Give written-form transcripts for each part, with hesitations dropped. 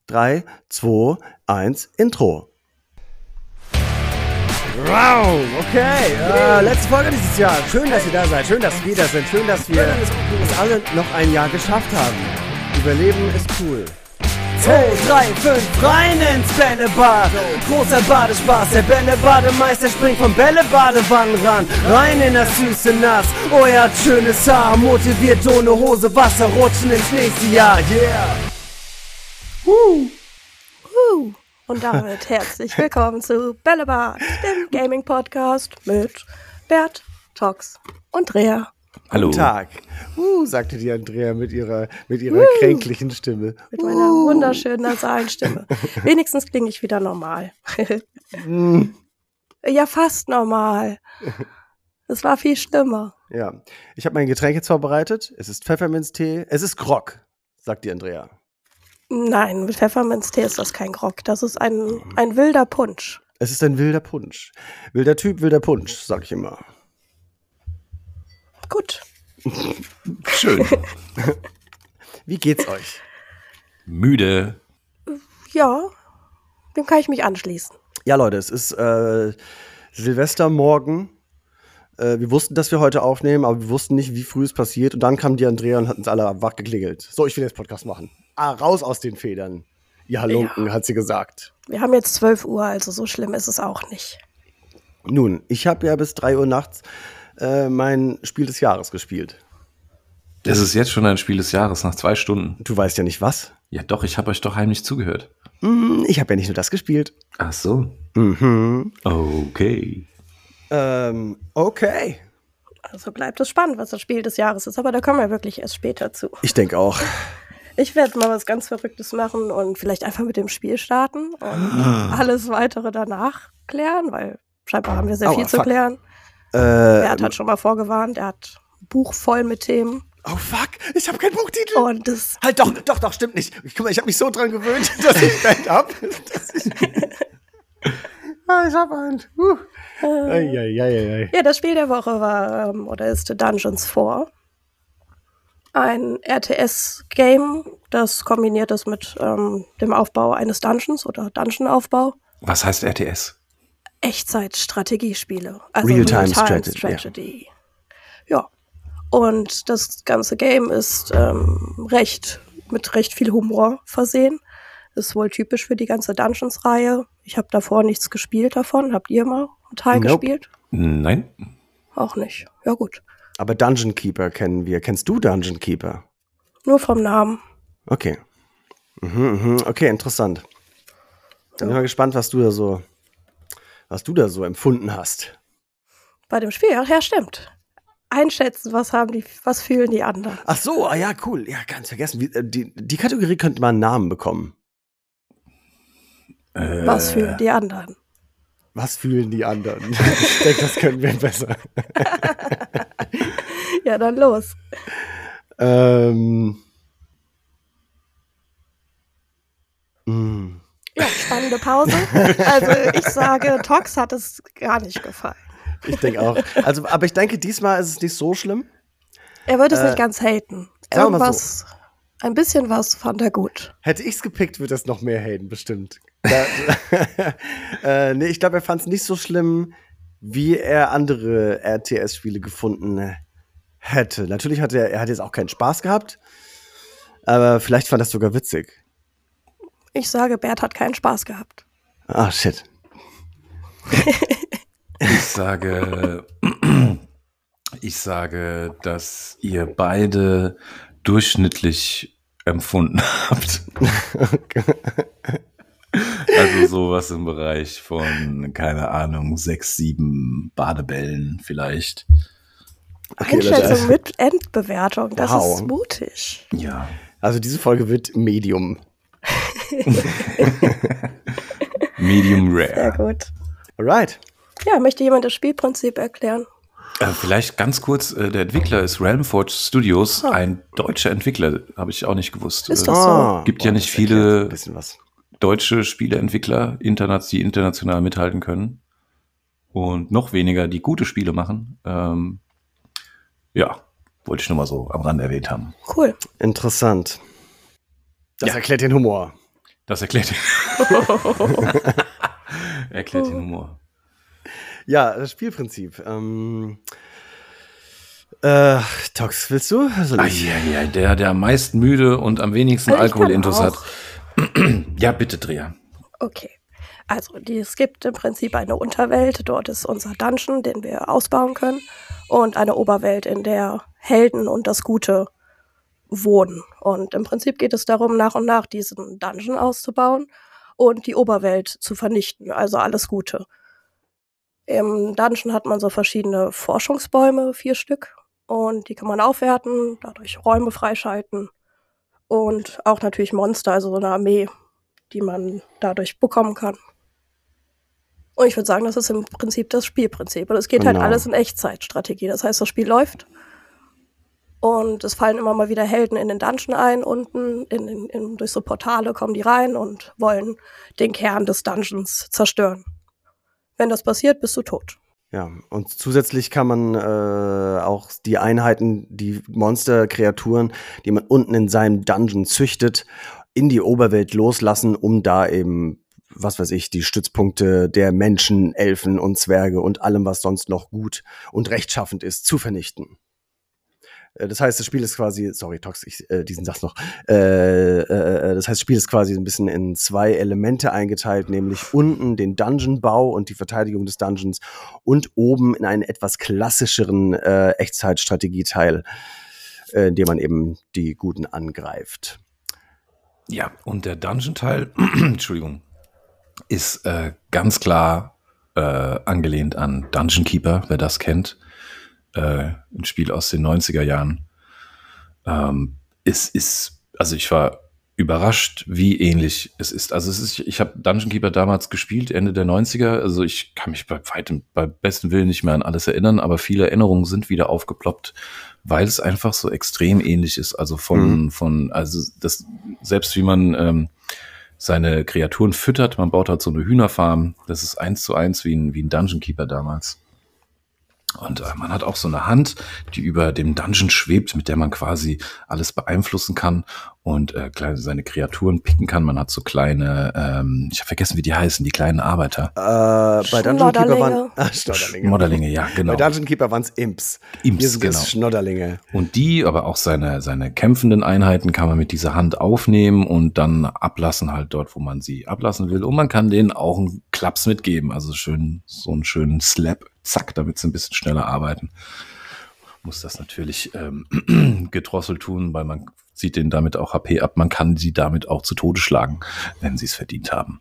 3, 2, 1, Intro. Wow, okay. Letzte Folge dieses Jahr. Schön, dass ihr da seid. Schön, dass wir da sind. Schön, dass wir es alle noch ein Jahr geschafft haben. Überleben ist cool. 2, 3, 5, rein ins Bällebad. Großer Badespaß, der Bällebademeister springt vom Bällebadewannenrand. Rein in das süße Nass, oh er hat schönes Haar. Motiviert ohne Hose, Wasser rutschen ins nächste Jahr, yeah. Und damit herzlich willkommen zu Bällebad, dem Gaming-Podcast mit Bert, Tox und Rea. Hallo. Guten Tag. Sagte die Andrea mit ihrer kränklichen Stimme. Mit meiner wunderschönen nasalen Stimme. Wenigstens klinge ich wieder normal. Ja, fast normal. Es war viel schlimmer. Ja, ich habe mein Getränk jetzt vorbereitet. Es ist Pfefferminztee. Es ist Grog, sagt die Andrea. Nein, mit Pfefferminztee ist das kein Grog. Das ist ein wilder Punsch. Es ist ein wilder Punsch. Wilder Typ, wilder Punsch, sag ich immer. Gut. Schön. Wie geht's euch? Müde. Ja, dem kann ich mich anschließen. Ja, Leute, es ist Silvestermorgen. Wir wussten, dass wir heute aufnehmen, aber wir wussten nicht, wie früh es passiert. Und dann kam die Andrea und hat uns alle wach geklingelt. So, ich will jetzt Podcast machen. Raus aus den Federn. Ihr Halunken, hat sie gesagt. Wir haben jetzt 12 Uhr, also so schlimm ist es auch nicht. Nun, ich habe ja bis 3 Uhr nachts mein Spiel des Jahres gespielt. Das ist jetzt schon ein Spiel des Jahres, nach 2 Stunden. Du weißt ja nicht was. Ja doch, ich habe euch doch heimlich zugehört. Ich habe ja nicht nur das gespielt. Ach so. Mhm. Okay. Okay. Also bleibt es spannend, was das Spiel des Jahres ist, aber da kommen wir wirklich erst später zu. Ich denke auch. Ich werde mal was ganz Verrücktes machen und vielleicht einfach mit dem Spiel starten und alles Weitere danach klären, weil scheinbar haben wir sehr viel zu klären. Bert hat schon mal vorgewarnt, er hat ein Buch voll mit Themen. Oh fuck, ich habe keinen Buchtitel. Und das Halt doch, stimmt nicht. Guck mal, ich habe mich so dran gewöhnt, dass ich Band hab. Ich hab einen. Ja, das Spiel der Woche war oder ist Dungeons 4. Ein RTS-Game, das kombiniert ist mit dem Aufbau eines Dungeons oder Dungeon-Aufbau. Was heißt RTS? Echtzeit-Strategiespiele. Also Real-Time Strategy. Ja. Und das ganze Game ist mit recht viel Humor versehen. Ist wohl typisch für die ganze Dungeons-Reihe. Ich habe davor nichts gespielt davon. Habt ihr mal einen Teil gespielt? Nein. Auch nicht. Ja gut. Aber Dungeon Keeper kennen wir. Kennst du Dungeon Keeper? Nur vom Namen. Okay. Okay, interessant. Dann bin ich mal gespannt, was du da so empfunden hast. Bei dem Spiel, ja, stimmt. Einschätzen, was fühlen die anderen. Ach so, ja, cool. Ja, ganz vergessen. Die Kategorie könnte mal einen Namen bekommen. Was fühlen die anderen? Was fühlen die anderen? Ich denke, das können wir besser. Ja, dann los. Ja, spannende Pause. Also ich sage, Tox hat es gar nicht gefallen. Ich denke auch. Also, aber ich denke, diesmal ist es nicht so schlimm. Er wird es nicht ganz haten. Sagen wir mal Irgendwas, ein bisschen was fand er gut. Hätte ich es gepickt, würde es noch mehr haten, bestimmt. Nee, ich glaube, er fand es nicht so schlimm, wie er andere RTS-Spiele gefunden hätte. Natürlich hat er hat jetzt auch keinen Spaß gehabt, aber vielleicht fand er es sogar witzig. Ich sage, Bert hat keinen Spaß gehabt. Ah, shit. Ich sage, dass ihr beide durchschnittlich empfunden habt. Also sowas im Bereich von, keine Ahnung, 6, 7 Badebällen vielleicht. Okay, Einschätzung mit Endbewertung, das Wow. ist mutig. Ja. Also diese Folge wird Medium. Medium Sehr rare. gut. Alright. Ja, möchte jemand das Spielprinzip erklären? Vielleicht ganz kurz, der Entwickler ist Realmforge Studios, ein deutscher Entwickler, habe ich auch nicht gewusst. Ist das so? Gibt ja Boah, nicht das erklärt viele ein bisschen was. deutsche Spieleentwickler, die international mithalten können. Und noch weniger, die gute Spiele machen. Ja, wollte ich nur mal so am Rand erwähnt haben. Cool. Interessant. Das erklärt den Humor. Das erklärt erklärt den Humor. Ja, das Spielprinzip. Tox, willst du? Der am meisten müde und am wenigsten Alkoholintus hat. Ja, bitte, Dreher. Okay. Also, es gibt im Prinzip eine Unterwelt, dort ist unser Dungeon, den wir ausbauen können, und eine Oberwelt, in der Helden und das Gute wohnen. Und im Prinzip geht es darum, nach und nach diesen Dungeon auszubauen und die Oberwelt zu vernichten, also alles Gute. Im Dungeon hat man so verschiedene Forschungsbäume, 4 Stück, und die kann man aufwerten, dadurch Räume freischalten und auch natürlich Monster, also so eine Armee, die man dadurch bekommen kann. Und ich würde sagen, das ist im Prinzip das Spielprinzip. Und es geht halt Genau. alles in Echtzeitstrategie. Das heißt, das Spiel läuft und es fallen immer mal wieder Helden in den Dungeon ein. Unten durch so Portale kommen die rein und wollen den Kern des Dungeons zerstören. Wenn das passiert, bist du tot. Ja, und zusätzlich kann man auch die Einheiten, die Monster, Kreaturen, die man unten in seinem Dungeon züchtet, in die Oberwelt loslassen, um da eben, was weiß ich, die Stützpunkte der Menschen, Elfen und Zwerge und allem, was sonst noch gut und rechtschaffend ist, zu vernichten. Das heißt, das Spiel ist quasi, sorry, Tox, diesen Satz noch. Das heißt, das Spiel ist quasi ein bisschen in 2 Elemente eingeteilt, nämlich unten den Dungeon-Bau und die Verteidigung des Dungeons und oben in einen etwas klassischeren Echtzeitstrategieteil, in dem man eben die Guten angreift. Ja, und der Dungeon-Teil, Entschuldigung, ist ganz klar angelehnt an Dungeon Keeper, wer das kennt. Ein Spiel aus den 90er Jahren. Also ich war überrascht, wie ähnlich es ist. Also ich habe Dungeon Keeper damals gespielt, Ende der 90er. Also ich kann mich bei bestem Willen nicht mehr an alles erinnern, aber viele Erinnerungen sind wieder aufgeploppt, weil es einfach so extrem ähnlich ist. Also also das, selbst wie man seine Kreaturen füttert, man baut halt so eine Hühnerfarm, das ist 1:1 wie ein Dungeon Keeper damals. Und man hat auch so eine Hand, die über dem Dungeon schwebt, mit der man quasi alles beeinflussen kann und seine Kreaturen picken kann. Man hat so kleine, ich habe vergessen, wie die heißen, die kleinen Arbeiter. Bei Dungeon Keeper waren Schmodderlinge, ja, genau. Bei Dungeon Keeper waren es Imps. Hier sind es Schnodderlinge. Und die, aber auch seine kämpfenden Einheiten kann man mit dieser Hand aufnehmen und dann ablassen halt dort, wo man sie ablassen will. Und man kann denen auch einen Klaps mitgeben, also so einen schönen Slap, zack, damit sie ein bisschen schneller arbeiten. Muss das natürlich gedrosselt tun, weil man zieht denen damit auch HP ab. Man kann sie damit auch zu Tode schlagen, wenn sie es verdient haben.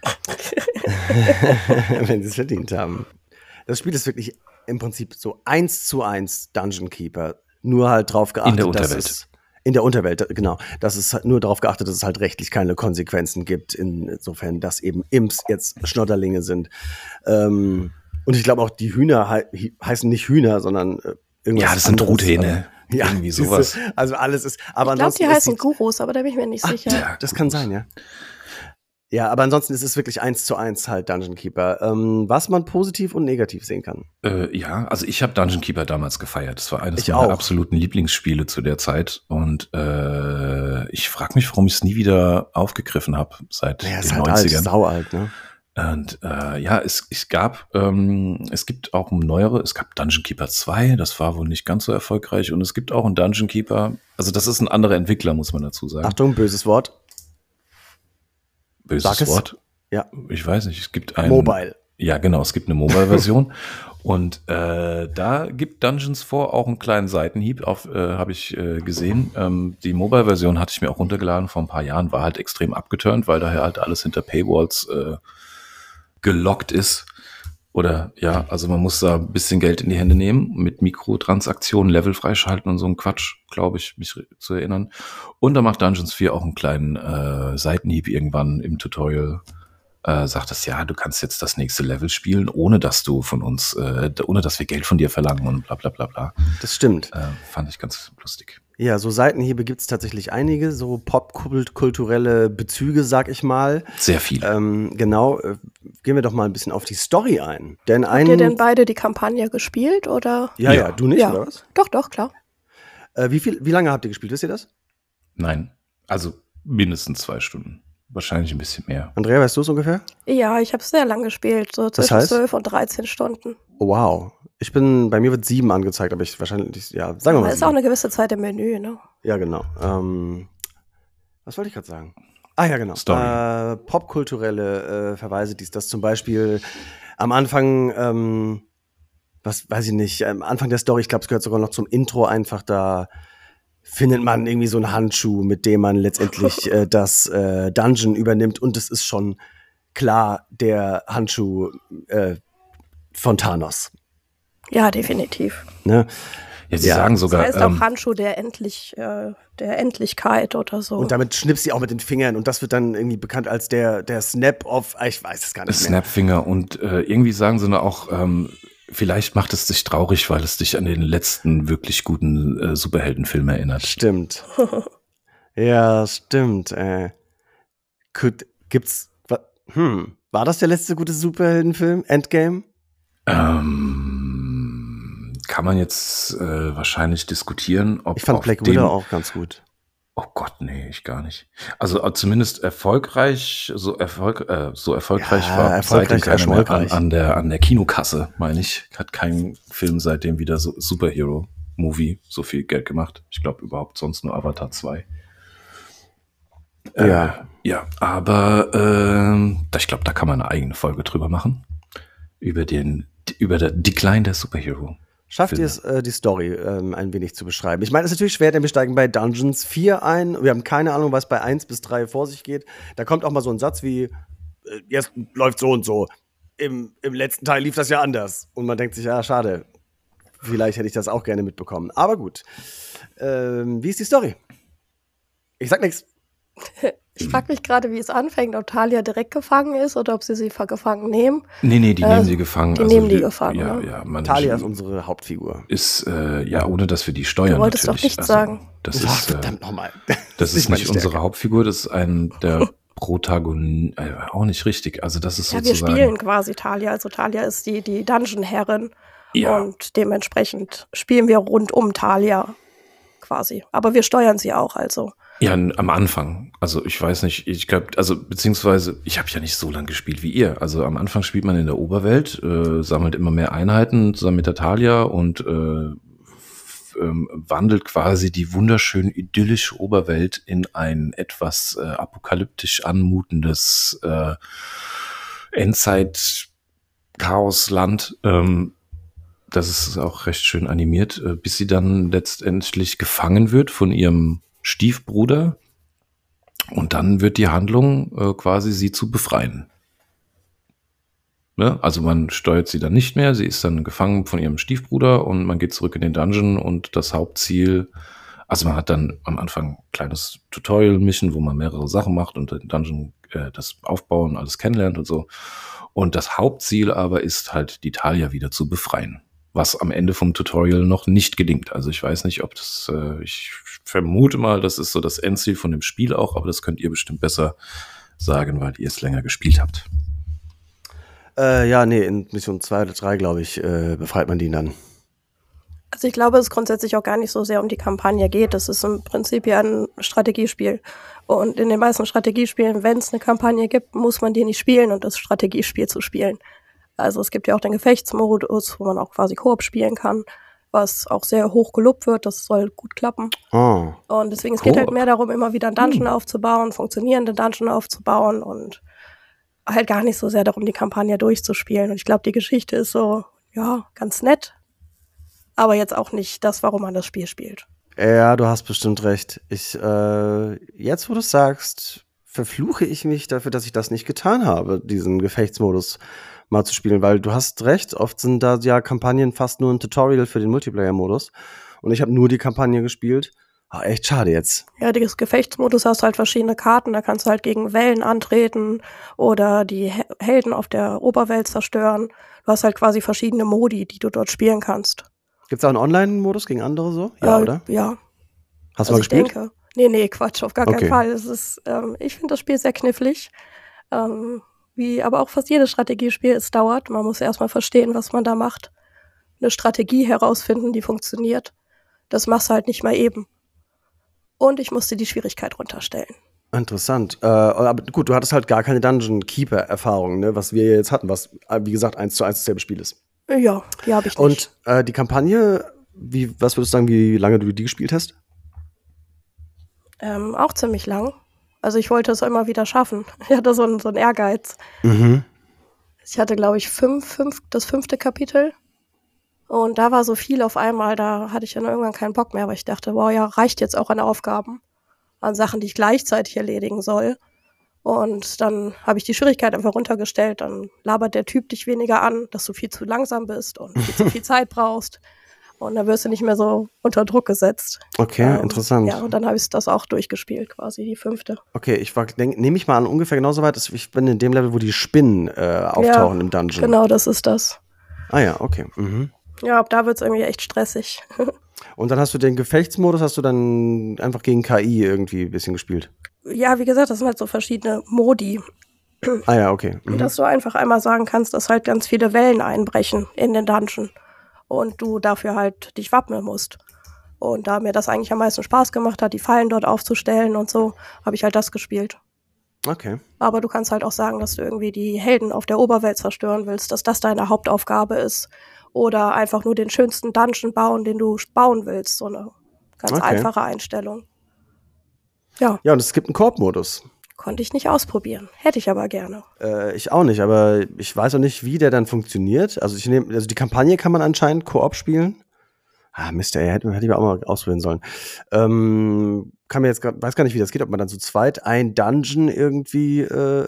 Wenn sie es verdient haben. Das Spiel ist wirklich im Prinzip so 1:1 Dungeon Keeper. Nur halt drauf geachtet, in der Unterwelt. In der Unterwelt, genau. Das ist halt nur darauf geachtet, dass es halt rechtlich keine Konsequenzen gibt, insofern, dass eben Imps jetzt Schnodderlinge sind. Und ich glaube auch, die Hühner heißen nicht Hühner, sondern irgendwas. Ja, das sind Truthähne. Ja, irgendwie sowas. Also alles ist. Aber ich glaube, die heißen Gurus, aber da bin ich mir nicht sicher. Ja, das kann sein, ja. Ja, aber ansonsten ist es wirklich 1:1 halt Dungeon Keeper, was man positiv und negativ sehen kann. Ja, also ich habe Dungeon Keeper damals gefeiert. Das war eines meiner absoluten Lieblingsspiele zu der Zeit. Und ich frage mich, warum ich es nie wieder aufgegriffen habe seit den 90ern. Halt saualt, ne? Und es gibt auch neuere, es gab Dungeon Keeper 2, das war wohl nicht ganz so erfolgreich. Und es gibt auch einen Dungeon Keeper, also das ist ein anderer Entwickler, muss man dazu sagen. Achtung, böses Wort. Böses Wort? Ja. Ich weiß nicht, es gibt ein Mobile. Ja, genau, es gibt eine Mobile-Version. Und da gibt Dungeons 4 auch einen kleinen Seitenhieb, habe ich gesehen. Die Mobile-Version hatte ich mir auch runtergeladen vor ein paar Jahren, war halt extrem abgeturnt, weil daher halt alles hinter Paywalls gelockt ist. Oder ja, also man muss da ein bisschen Geld in die Hände nehmen, mit Mikrotransaktionen, Level freischalten und so ein Quatsch, glaube ich, mich zu erinnern. Und da macht Dungeons 4 auch einen kleinen Seitenhieb irgendwann im Tutorial. Sagt es, ja, du kannst jetzt das nächste Level spielen, ohne dass du von uns, ohne dass wir Geld von dir verlangen und bla bla bla bla. Das stimmt. Fand ich ganz lustig. Ja, so Seitenhiebe gibt es tatsächlich einige, so popkulturelle Bezüge, sag ich mal. Sehr viele. Genau, gehen wir doch mal ein bisschen auf die Story ein. Denn Habt ihr denn beide die Kampagne gespielt, oder? Ja, du nicht, oder was? Doch, klar. Wie lange habt ihr gespielt, wisst ihr das? Nein, also mindestens 2 Stunden. wahrscheinlich ein bisschen mehr. Andrea, weißt du es ungefähr? Ja, ich habe sehr lang gespielt, so zwischen heißt? 12 und 13 Stunden. Oh, wow. Bei mir wird 7 angezeigt, aber ich wahrscheinlich, ja, sagen wir Aber mal es ist auch 7. eine gewisse Zeit im Menü, ne? Ja, genau. Was wollte ich gerade sagen? Ah ja, genau. Story. Popkulturelle Verweise, das zum Beispiel am Anfang, was weiß ich nicht, am Anfang der Story, ich glaube, es gehört sogar noch zum Intro einfach, da findet man irgendwie so einen Handschuh, mit dem man letztendlich das Dungeon übernimmt und es ist schon klar der Handschuh von Thanos. Ja, definitiv. Ne? Ja, sie sagen sogar. Das heißt auch Handschuh der Endlichkeit oder so. Und damit schnippst sie auch mit den Fingern und das wird dann irgendwie bekannt als der Snap-Off, ich weiß es gar nicht mehr. Snapfinger und irgendwie sagen sie auch, vielleicht macht es dich traurig, weil es dich an den letzten wirklich guten Superheldenfilm erinnert. Stimmt. Ja, stimmt. War das der letzte gute Superheldenfilm? Endgame? Kann man jetzt wahrscheinlich diskutieren, ob ich fand Black Widow auch ganz gut. Oh Gott, nee, ich gar nicht. Also zumindest erfolgreich, so erfolgreich Ja, war seitdem keiner mehr erfolgreich. an der Kinokasse, meine ich. Hat kein Film seitdem wieder so Superhero-Movie so viel Geld gemacht. Ich glaube überhaupt sonst nur Avatar 2. Ja. Ja, aber ich glaube, da kann man eine eigene Folge drüber machen. Über der Decline der Superhero. Schafft ihr es, die Story ein wenig zu beschreiben? Ich meine, es ist natürlich schwer, denn wir steigen bei Dungeons 4 ein. Wir haben keine Ahnung, was bei 1 bis 3 vor sich geht. Da kommt auch mal so ein Satz wie, jetzt läuft so und so. Im letzten Teil lief das ja anders. Und man denkt sich, ja, schade. Vielleicht hätte ich das auch gerne mitbekommen. Aber gut. Wie ist die Story? Ich sag nichts. Ich frage mich gerade, wie es anfängt, ob Talia direkt gefangen ist oder ob sie gefangen nehmen. Nee, die nehmen sie gefangen. Die nehmen die gefangen, Ja, ne? ja, Talia ist unsere Hauptfigur. Ist, ohne dass wir die steuern. Du wolltest natürlich. doch nichts sagen. Das Ach, ist, verdammt nochmal. das ist nicht meine unsere Stärke. Hauptfigur, das ist ein der Protagonist, auch nicht richtig. Also das ist Ja, wir sozusagen. spielen quasi Talia. Also Talia ist die Dungeon-Herrin. Ja. Und dementsprechend spielen wir rund um Talia quasi. Aber wir steuern sie auch, also. Ja, am Anfang. Also ich weiß nicht, ich glaube, beziehungsweise, ich habe ja nicht so lange gespielt wie ihr. Also am Anfang spielt man in der Oberwelt, sammelt immer mehr Einheiten zusammen mit der Talia und wandelt quasi die wunderschön idyllische Oberwelt in ein etwas apokalyptisch anmutendes Endzeit-Chaos-Land. Das ist auch recht schön animiert, bis sie dann letztendlich gefangen wird von ihrem Stiefbruder und dann wird die Handlung quasi sie zu befreien. Ne? Also man steuert sie dann nicht mehr, sie ist dann gefangen von ihrem Stiefbruder und man geht zurück in den Dungeon und das Hauptziel, also man hat dann am Anfang ein kleines Tutorial-Mission, wo man mehrere Sachen macht und den Dungeon das Aufbauen, alles kennenlernt und so. Und das Hauptziel aber ist halt, die Talia wieder zu befreien. Was am Ende vom Tutorial noch nicht gelingt. Also ich weiß nicht, ob das, ich vermute mal, das ist so das Endziel von dem Spiel auch, aber das könnt ihr bestimmt besser sagen, weil ihr es länger gespielt habt. Ja, nee, in Mission 2 oder 3, glaube ich, befreit man die dann. Also ich glaube, es grundsätzlich auch gar nicht so sehr um die Kampagne geht. Das ist im Prinzip ja ein Strategiespiel. Und in den meisten Strategiespielen, wenn es eine Kampagne gibt, muss man die nicht spielen und das Strategiespiel zu spielen. Also es gibt ja auch den Gefechtsmodus, wo man auch quasi Koop spielen kann, was auch sehr hoch gelobt wird. Das soll gut klappen. Oh. Und deswegen, es geht halt mehr darum, immer wieder einen Dungeon aufzubauen, funktionierende Dungeon aufzubauen und halt gar nicht so sehr darum, die Kampagne durchzuspielen. Und ich glaube, die Geschichte ist so, ja, ganz nett, aber jetzt auch nicht das, warum man das Spiel spielt. Ja, du hast bestimmt recht. Jetzt, wo du es sagst, verfluche ich mich dafür, dass ich das nicht getan habe, diesen Gefechtsmodus mal zu spielen, weil du hast recht, oft sind da ja Kampagnen fast nur ein Tutorial für den Multiplayer-Modus und ich habe nur die Kampagne gespielt. Echt schade jetzt. Ja, das Gefechtsmodus hast halt verschiedene Karten, da kannst du halt gegen Wellen antreten oder die Helden auf der Oberwelt zerstören. Du hast halt quasi verschiedene Modi, die du dort spielen kannst. Gibt's auch einen Online-Modus gegen andere so? Ja, oder? Ja. Hast du mal gespielt? Ich denke. Nee, Quatsch, auf gar keinen Fall. Es ist, ich finde das Spiel sehr knifflig. Wie aber auch fast jedes Strategiespiel, es dauert. Man muss erstmal verstehen, was man da macht. Eine Strategie herausfinden, die funktioniert. Das machst du halt nicht mal eben. Und ich musste die Schwierigkeit runterstellen. Interessant. Aber gut, du hattest halt gar keine Dungeon Keeper-Erfahrung, ne? Was wir jetzt hatten, was, wie gesagt, 1:1 dasselbe Spiel ist. Ja, die habe ich nicht. Und die Kampagne, was würdest du sagen, wie lange du die gespielt hast? Auch ziemlich lang. Also ich wollte es immer wieder schaffen. Ich hatte so einen Ehrgeiz. Mhm. Ich hatte, glaube ich, das 5. Kapitel. Und da war so viel auf einmal, da hatte ich dann irgendwann keinen Bock mehr, weil ich dachte, wow, ja, reicht jetzt auch an Aufgaben, an Sachen, die ich gleichzeitig erledigen soll. Und dann habe ich die Schwierigkeit einfach runtergestellt. Dann labert der Typ dich weniger an, dass du viel zu langsam bist und viel zu viel Zeit brauchst. Und dann wirst du nicht mehr so unter Druck gesetzt. Okay, interessant. Ja, und dann habe ich das auch durchgespielt, quasi die 5. Okay, nehme ich mal an, ungefähr genauso weit. Ich bin in dem Level, wo die Spinnen auftauchen im Dungeon. Genau, das ist das. Ah ja, okay. Mhm. Ja, ab da wird es irgendwie echt stressig. Und dann hast du den Gefechtsmodus, hast du dann einfach gegen KI irgendwie ein bisschen gespielt? Ja, wie gesagt, das sind halt so verschiedene Modi. Ah ja, okay. Mhm. Dass du einfach einmal sagen kannst, dass halt ganz viele Wellen einbrechen in den Dungeon. Und du dafür halt dich wappnen musst. Und da mir das eigentlich am meisten Spaß gemacht hat, die Fallen dort aufzustellen und so, habe ich halt das gespielt. Okay. Aber du kannst halt auch sagen, dass du irgendwie die Helden auf der Oberwelt zerstören willst, dass das deine Hauptaufgabe ist. Oder einfach nur den schönsten Dungeon bauen, den du bauen willst. So eine ganz einfache Einstellung. Ja. Ja, und es gibt einen Koop-Modus. Konnte ich nicht ausprobieren. Hätte ich aber gerne. Ich auch nicht, aber ich weiß auch nicht, wie der dann funktioniert. Also die Kampagne kann man anscheinend Koop spielen. Ah, Mist, hätte ich auch mal ausprobieren sollen. Weiß gar nicht, wie das geht, ob man dann zu zweit ein Dungeon irgendwie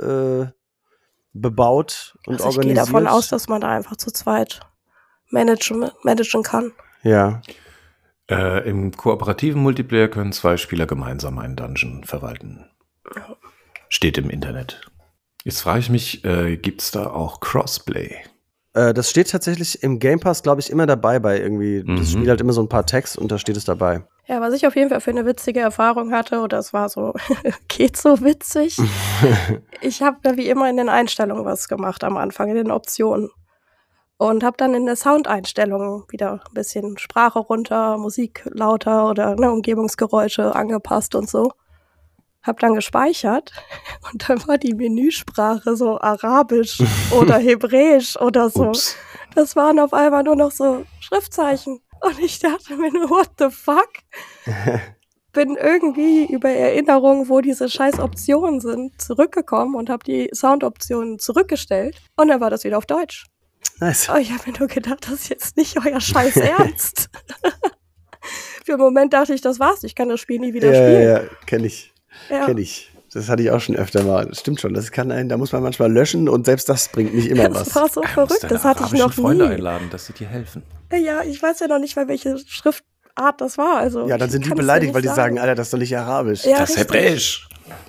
bebaut und Also organisiert. Ich gehe davon aus, dass man da einfach zu zweit managen kann. Ja. Im kooperativen Multiplayer können 2 Spieler gemeinsam einen Dungeon verwalten. Steht im Internet. Jetzt frage ich mich, gibt's da auch Crossplay? Das steht tatsächlich im Game Pass, glaube ich, immer dabei bei irgendwie. Das Spiel hat immer so ein paar Tags und da steht es dabei. Ja, was ich auf jeden Fall für eine witzige Erfahrung hatte, oder es war so, geht so witzig. Ich habe da wie immer in den Einstellungen was gemacht am Anfang, in den Optionen. Und habe dann in der Soundeinstellung wieder ein bisschen Sprache runter, Musik lauter oder Umgebungsgeräusche angepasst und so. Hab dann gespeichert und dann war die Menüsprache so Arabisch oder Hebräisch oder so. Ups. Das waren auf einmal nur noch so Schriftzeichen. Und ich dachte mir nur, what the fuck? Bin irgendwie über Erinnerungen, wo diese scheiß Optionen sind, zurückgekommen und habe die Soundoptionen zurückgestellt. Und dann war das wieder auf Deutsch. Nice. Oh, ich habe mir nur gedacht, das ist jetzt nicht euer scheiß Ernst. Für einen Moment dachte ich, das war's. Ich kann das Spiel nie wieder spielen. Ja, kenn ich. Ja. Kenn ich. Das hatte ich auch schon öfter mal. Das stimmt schon. Da muss man manchmal löschen und selbst das bringt nicht immer was. Das war so verrückt, das hatte ich noch Freunde nie. einladen, dass sie dir helfen. Ja, ich weiß ja noch nicht mal, welche Schriftart das war. Also, Ja, dann sind die beleidigt, weil die sagen, Alter, das ist doch nicht Arabisch. Ja, Das ist richtig. Hebräisch.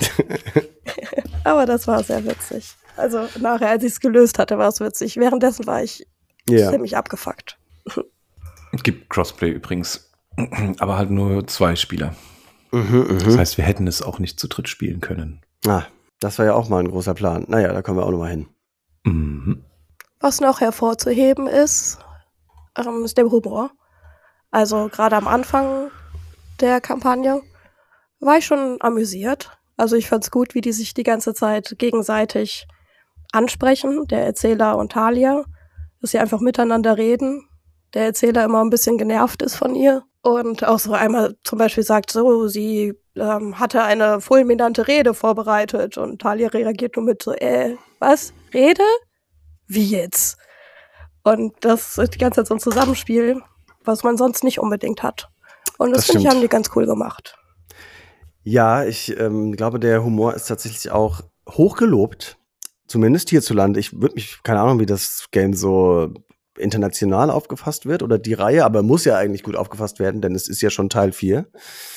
Aber das war sehr witzig. Also nachher, als ich es gelöst hatte, war es witzig. Währenddessen war ich ziemlich abgefuckt. Gibt Crossplay übrigens, aber halt nur 2 Spieler. Das heißt, wir hätten es auch nicht zu dritt spielen können. Das war ja auch mal ein großer Plan. Naja, da kommen wir auch noch mal hin. Mhm. Was noch hervorzuheben ist der Humor. Also gerade am Anfang der Kampagne war ich schon amüsiert. Also ich fand's gut, wie die sich die ganze Zeit gegenseitig ansprechen, der Erzähler und Talia, dass sie einfach miteinander reden. Der Erzähler immer ein bisschen genervt ist von ihr. Und auch so einmal zum Beispiel sagt, so, sie hatte eine fulminante Rede vorbereitet. Und Talia reagiert nur mit so, was? Rede? Wie jetzt? Und das ist die ganze Zeit so ein Zusammenspiel, was man sonst nicht unbedingt hat. Und das finde ich, haben die ganz cool gemacht. Ja, ich glaube, der Humor ist tatsächlich auch hochgelobt. Zumindest hierzulande. Ich würde mich, keine Ahnung, wie das Game so international aufgefasst wird oder die Reihe, aber muss ja eigentlich gut aufgefasst werden, denn es ist ja schon Teil 4.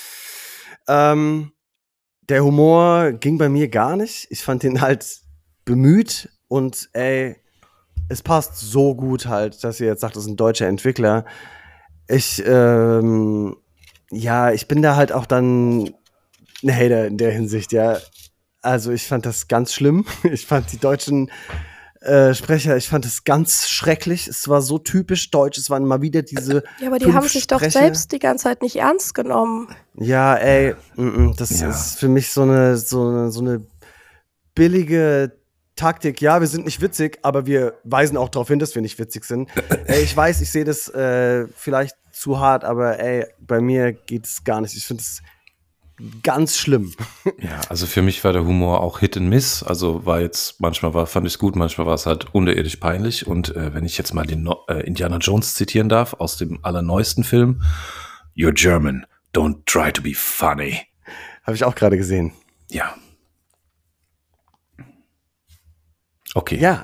Der Humor ging bei mir gar nicht. Ich fand ihn halt bemüht und es passt so gut halt, dass ihr jetzt sagt, das ist ein deutscher Entwickler. Ich bin da halt auch dann ein Hater in der Hinsicht, ja. Also ich fand das ganz schlimm. Ich fand die deutschen Sprecher, ich fand es ganz schrecklich. Es war so typisch deutsch. Es waren mal wieder diese. Ja, aber die 5 haben sich doch Sprecher. selbst die ganze Zeit nicht ernst genommen. Ja, ey, das ist für mich so eine billige Taktik. Ja, wir sind nicht witzig, aber wir weisen auch darauf hin, dass wir nicht witzig sind. Ey, ich weiß, ich sehe das vielleicht zu hart, aber ey, bei mir geht es gar nicht. Ich finde es ganz schlimm. Ja, also für mich war der Humor auch Hit and Miss. Also fand ich es gut, manchmal war es halt unterirdisch peinlich. Und wenn ich jetzt mal den Indiana Jones zitieren darf, aus dem allerneuesten Film, You're German, don't try to be funny. Habe ich auch gerade gesehen. Ja. Okay. Ja.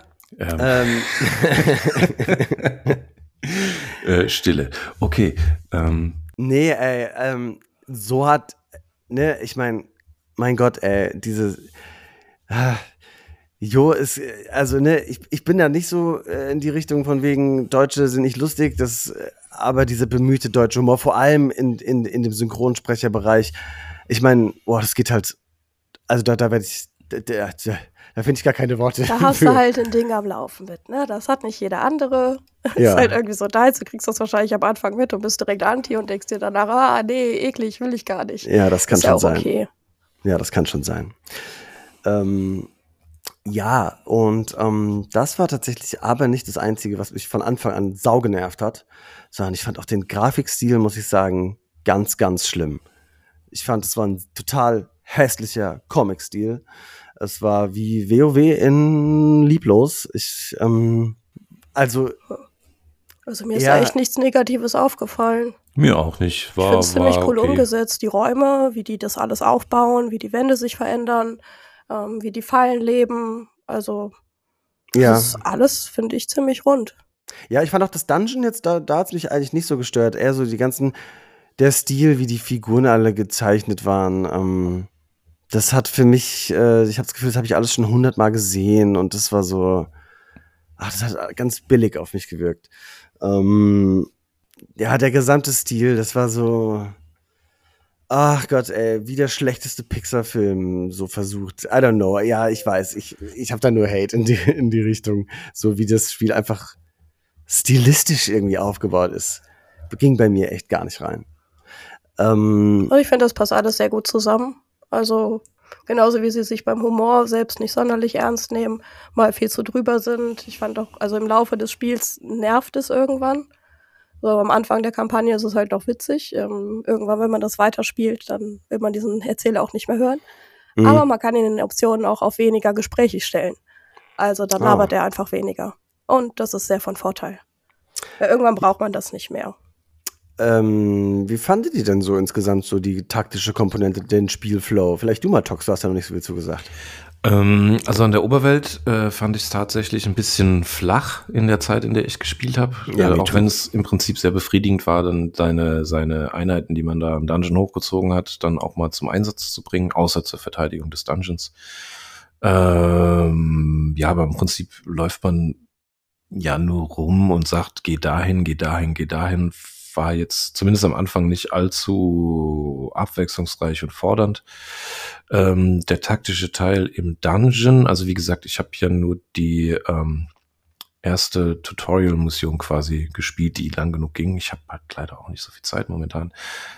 Stille. Okay. Nee, ey, so hat, ne, ich meine, mein Gott, ey, also, ne, ich bin da nicht so in die Richtung von wegen, Deutsche sind nicht lustig, aber diese bemühte deutsche Humor, vor allem in dem Synchronsprecherbereich, ich meine, das geht halt, also da werde ich, da finde ich gar keine Worte. Da hast du halt ein Ding am Laufen mit, ne? Das hat nicht jeder andere. Ja. Ist halt irgendwie so deins. Du kriegst das wahrscheinlich am Anfang mit und bist direkt anti und denkst dir danach, nee, eklig, will ich gar nicht. Ja, das kann ist schon ja auch sein. Okay. Ja, das kann schon sein. Ja, und das war tatsächlich aber nicht das Einzige, was mich von Anfang an sau genervt hat, sondern ich fand auch den Grafikstil, muss ich sagen, ganz, ganz schlimm. Ich fand, es war ein total hässlicher Comic-Stil. Es war wie WoW in lieblos. Also mir ist da echt nichts Negatives aufgefallen. Mir auch nicht. Ich finde es ziemlich cool okay. umgesetzt. Die Räume, wie die das alles aufbauen, wie die Wände sich verändern, wie die Fallen leben. Also das ist alles, finde ich, ziemlich rund. Ja, ich fand auch das Dungeon jetzt, da hat es mich eigentlich nicht so gestört. Eher so der Stil, wie die Figuren alle gezeichnet waren. Das hat für mich, ich habe das Gefühl, das habe ich alles schon 100-mal gesehen und das war so, das hat ganz billig auf mich gewirkt. Ja, der gesamte Stil, das war so, ach Gott, ey, wie der schlechteste Pixar-Film so versucht. I don't know, ja, ich weiß, ich habe da nur Hate in die Richtung, so wie das Spiel einfach stilistisch irgendwie aufgebaut ist. Ging bei mir echt gar nicht rein. Und ich finde, das passt alles sehr gut zusammen. Also genauso wie sie sich beim Humor selbst nicht sonderlich ernst nehmen, mal viel zu drüber sind. Ich fand auch, also im Laufe des Spiels nervt es irgendwann. So am Anfang der Kampagne ist es halt doch witzig. Irgendwann, wenn man das weiterspielt, dann will man diesen Erzähler auch nicht mehr hören. Aber man kann in den Optionen auch auf weniger gesprächig stellen. Also dann labert er einfach weniger. Und das ist sehr von Vorteil. Weil irgendwann braucht man das nicht mehr. Wie fandet ihr denn so insgesamt so die taktische Komponente, den Spielflow? Vielleicht du mal, Tox, du hast ja noch nicht so viel zu gesagt. Also an der Oberwelt fand ich es tatsächlich ein bisschen flach in der Zeit, in der ich gespielt habe. Ja, auch wenn es im Prinzip sehr befriedigend war, dann seine Einheiten, die man da im Dungeon hochgezogen hat, dann auch mal zum Einsatz zu bringen, außer zur Verteidigung des Dungeons. Aber im Prinzip läuft man ja nur rum und sagt, geh dahin, geh dahin, geh dahin. War jetzt zumindest am Anfang nicht allzu abwechslungsreich und fordernd. Der taktische Teil im Dungeon, also wie gesagt, ich habe ja nur die erste Tutorial-Mission quasi gespielt, die lang genug ging. Ich habe halt leider auch nicht so viel Zeit momentan.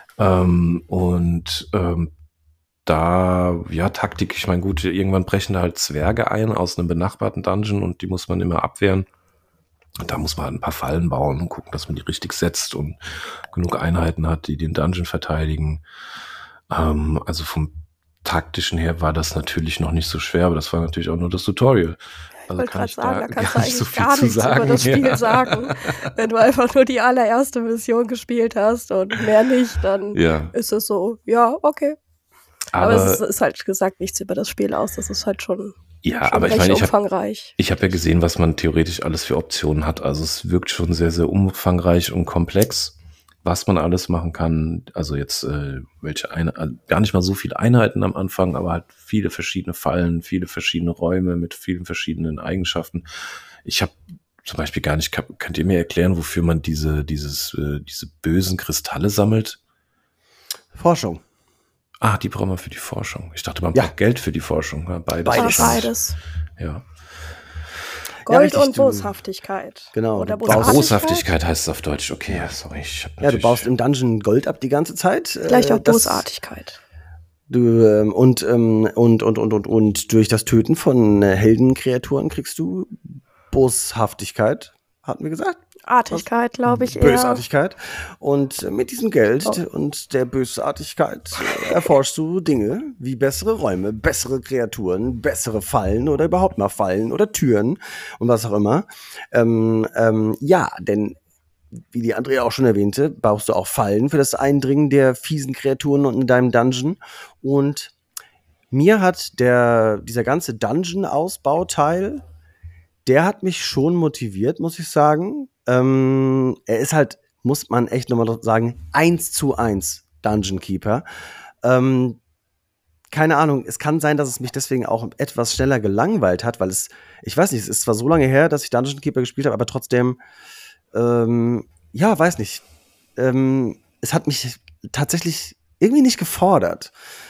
Taktik, ich meine, gut, irgendwann brechen da halt Zwerge ein aus einem benachbarten Dungeon und die muss man immer abwehren. Und da muss man halt ein paar Fallen bauen und gucken, dass man die richtig setzt und genug Einheiten hat, die den Dungeon verteidigen. Also vom taktischen her war das natürlich noch nicht so schwer, aber das war natürlich auch nur das Tutorial. Also Ich wollte gerade sagen, da kannst du gar eigentlich so viel gar zu nichts über das Spiel ja. sagen. Wenn du einfach nur die allererste Mission gespielt hast und mehr nicht, dann ist es so, ja, okay. Aber es ist halt gesagt nichts über das Spiel aus. Das ist halt schon aber ich meine, umfangreich. Ich habe ja gesehen, was man theoretisch alles für Optionen hat. Also es wirkt schon sehr, sehr umfangreich und komplex, was man alles machen kann. Also jetzt gar nicht mal so viele Einheiten am Anfang, aber halt viele verschiedene Fallen, viele verschiedene Räume mit vielen verschiedenen Eigenschaften. Ich habe zum Beispiel gar nicht, könnt ihr mir erklären, wofür man diese bösen Kristalle sammelt? Forschung. Die brauchen wir für die Forschung. Ich dachte, man braucht Geld für die Forschung. Ja, beides. Beides. Ja. Gold richtig, und Boshaftigkeit. Genau, Oder du baust- Großhaftigkeit heißt es auf Deutsch. Okay, ja, sorry. Ich hab Ja, du natürlich- baust im Dungeon Gold ab die ganze Zeit. Gleich auch das- Bosartigkeit. Und durch das Töten von Heldenkreaturen kriegst du Boshaftigkeit, hatten wir gesagt? Artigkeit, glaube ich, eher. Bösartigkeit. Und mit diesem Geld und der Bösartigkeit erforschst du Dinge wie bessere Räume, bessere Kreaturen, bessere Fallen oder überhaupt mal Fallen oder Türen und was auch immer. Ja, denn wie die Andrea auch schon erwähnte, baust du auch Fallen für das Eindringen der fiesen Kreaturen in deinem Dungeon. Und mir hat dieser ganze Dungeon-Ausbauteil, der hat mich schon motiviert, muss ich sagen. Er ist halt, muss man echt nochmal sagen, 1:1 Dungeon Keeper. Keine Ahnung, es kann sein, dass es mich deswegen auch etwas schneller gelangweilt hat, weil ich weiß nicht, es ist zwar so lange her, dass ich Dungeon Keeper gespielt habe, aber trotzdem, ja, weiß nicht. Es hat mich tatsächlich irgendwie nicht gefordert.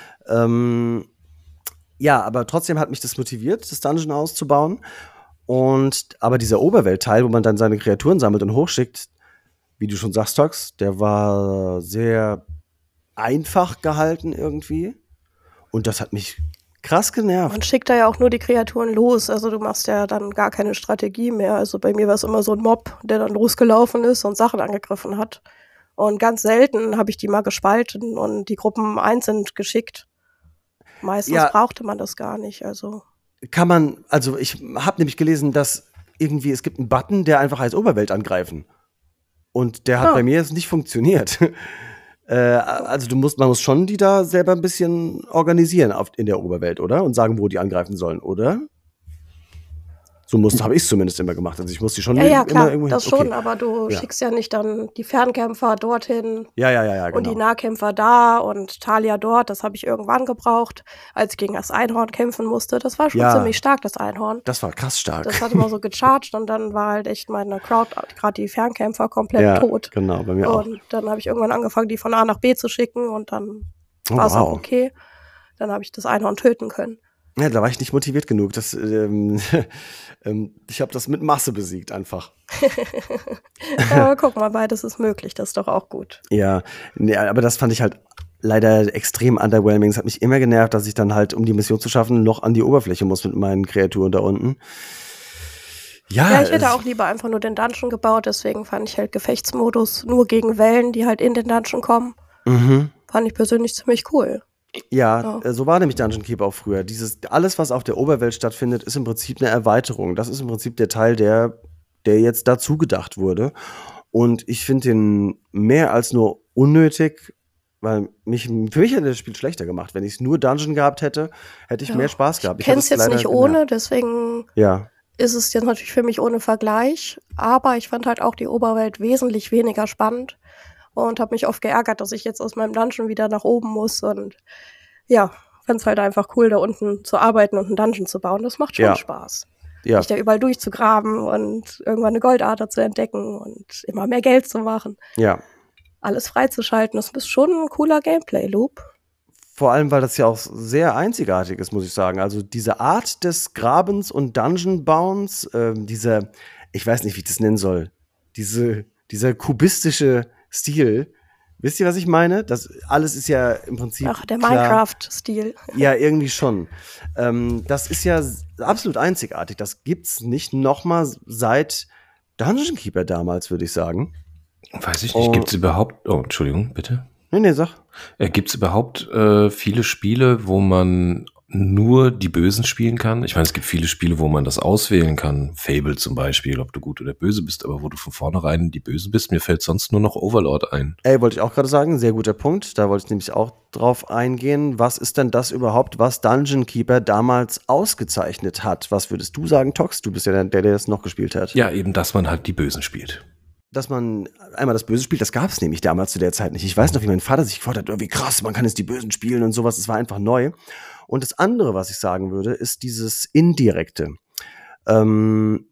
Ja, aber trotzdem hat mich das motiviert, das Dungeon auszubauen. Aber dieser Oberweltteil, wo man dann seine Kreaturen sammelt und hochschickt, wie du schon sagst, Tox, der war sehr einfach gehalten irgendwie. Und das hat mich krass genervt. Man schickt da ja auch nur die Kreaturen los. Also du machst ja dann gar keine Strategie mehr. Also bei mir war es immer so ein Mob, der dann losgelaufen ist und Sachen angegriffen hat. Und ganz selten habe ich die mal gespalten und die Gruppen einzeln geschickt. Meistens brauchte man das gar nicht. Also ich habe nämlich gelesen, dass irgendwie es gibt einen Button, der einfach heißt Oberwelt angreifen. Und der hat bei mir jetzt nicht funktioniert. Also man muss schon die da selber ein bisschen organisieren in der Oberwelt, oder? Und sagen, wo die angreifen sollen, oder? So habe ich es zumindest immer gemacht. Also ich muss die schon ja, klar, immer irgendwo hin. das schon, aber du schickst ja nicht dann die Fernkämpfer dorthin Ja, genau. und die Nahkämpfer da und Talia dort. Das habe ich irgendwann gebraucht, als ich gegen das Einhorn kämpfen musste. Das war schon ziemlich stark, das Einhorn. Das war krass stark. Das hat immer so gecharged und dann war halt echt meine Crowd, gerade die Fernkämpfer, komplett tot. Genau, bei mir auch. Und dann habe ich irgendwann angefangen, die von A nach B zu schicken und dann war es auch okay. Dann habe ich das Einhorn töten können. Ja, da war ich nicht motiviert genug. Ich habe das mit Masse besiegt einfach. Ja, aber guck mal, beides ist möglich. Das ist doch auch gut. Ja, nee, aber das fand ich halt leider extrem underwhelming. Es hat mich immer genervt, dass ich dann halt, um die Mission zu schaffen, noch an die Oberfläche muss mit meinen Kreaturen da unten. Ja, ich hätte auch lieber einfach nur den Dungeon gebaut. Deswegen fand ich halt Gefechtsmodus nur gegen Wellen, die halt in den Dungeon kommen. Fand ich persönlich ziemlich cool. Ja, so war nämlich Dungeon Keeper auch früher. Alles, was auf der Oberwelt stattfindet, ist im Prinzip eine Erweiterung. Das ist im Prinzip der Teil, der jetzt dazu gedacht wurde. Und ich finde den mehr als nur unnötig, weil für mich hätte das Spiel schlechter gemacht. Wenn ich es nur Dungeon gehabt hätte, hätte ich mehr Spaß gehabt. Ich kenne es jetzt nicht ohne, deswegen ist es jetzt natürlich für mich ohne Vergleich. Aber ich fand halt auch die Oberwelt wesentlich weniger spannend. Und habe mich oft geärgert, dass ich jetzt aus meinem Dungeon wieder nach oben muss. Und ja, fand es halt einfach cool, da unten zu arbeiten und einen Dungeon zu bauen. Das macht schon Spaß. Ja. Sich da überall durchzugraben und irgendwann eine Goldader zu entdecken und immer mehr Geld zu machen. Ja. Alles freizuschalten, das ist schon ein cooler Gameplay-Loop. Vor allem, weil das ja auch sehr einzigartig ist, muss ich sagen. Also diese Art des Grabens und Dungeon-Bauens, ich weiß nicht, wie ich das nennen soll, dieser kubistische Stil. Wisst ihr, was ich meine? Das alles ist ja im Prinzip der Minecraft-Stil. Ja, irgendwie schon. Das ist ja absolut einzigartig. Das gibt's nicht nochmal seit Dungeon Keeper damals, würde ich sagen. Weiß ich nicht. Gibt's überhaupt... Oh, Entschuldigung, bitte. Nee, sag. Gibt's überhaupt viele Spiele, wo man nur die Bösen spielen kann? Ich meine, es gibt viele Spiele, wo man das auswählen kann. Fable zum Beispiel, ob du gut oder böse bist, aber wo du von vornherein die Böse bist. Mir fällt sonst nur noch Overlord ein. Wollte ich auch gerade sagen, sehr guter Punkt. Da wollte ich nämlich auch drauf eingehen. Was ist denn das überhaupt, was Dungeon Keeper damals ausgezeichnet hat? Was würdest du sagen, Tox? Du bist ja der das noch gespielt hat. Ja, eben, dass man halt die Bösen spielt. Dass man einmal das Böse spielt, das gab es nämlich damals zu der Zeit nicht. Ich weiß noch, wie mein Vater sich gefordert hat, wie krass, man kann jetzt die Bösen spielen und sowas. Es war einfach neu. Und das andere, was ich sagen würde, ist dieses Indirekte. Denn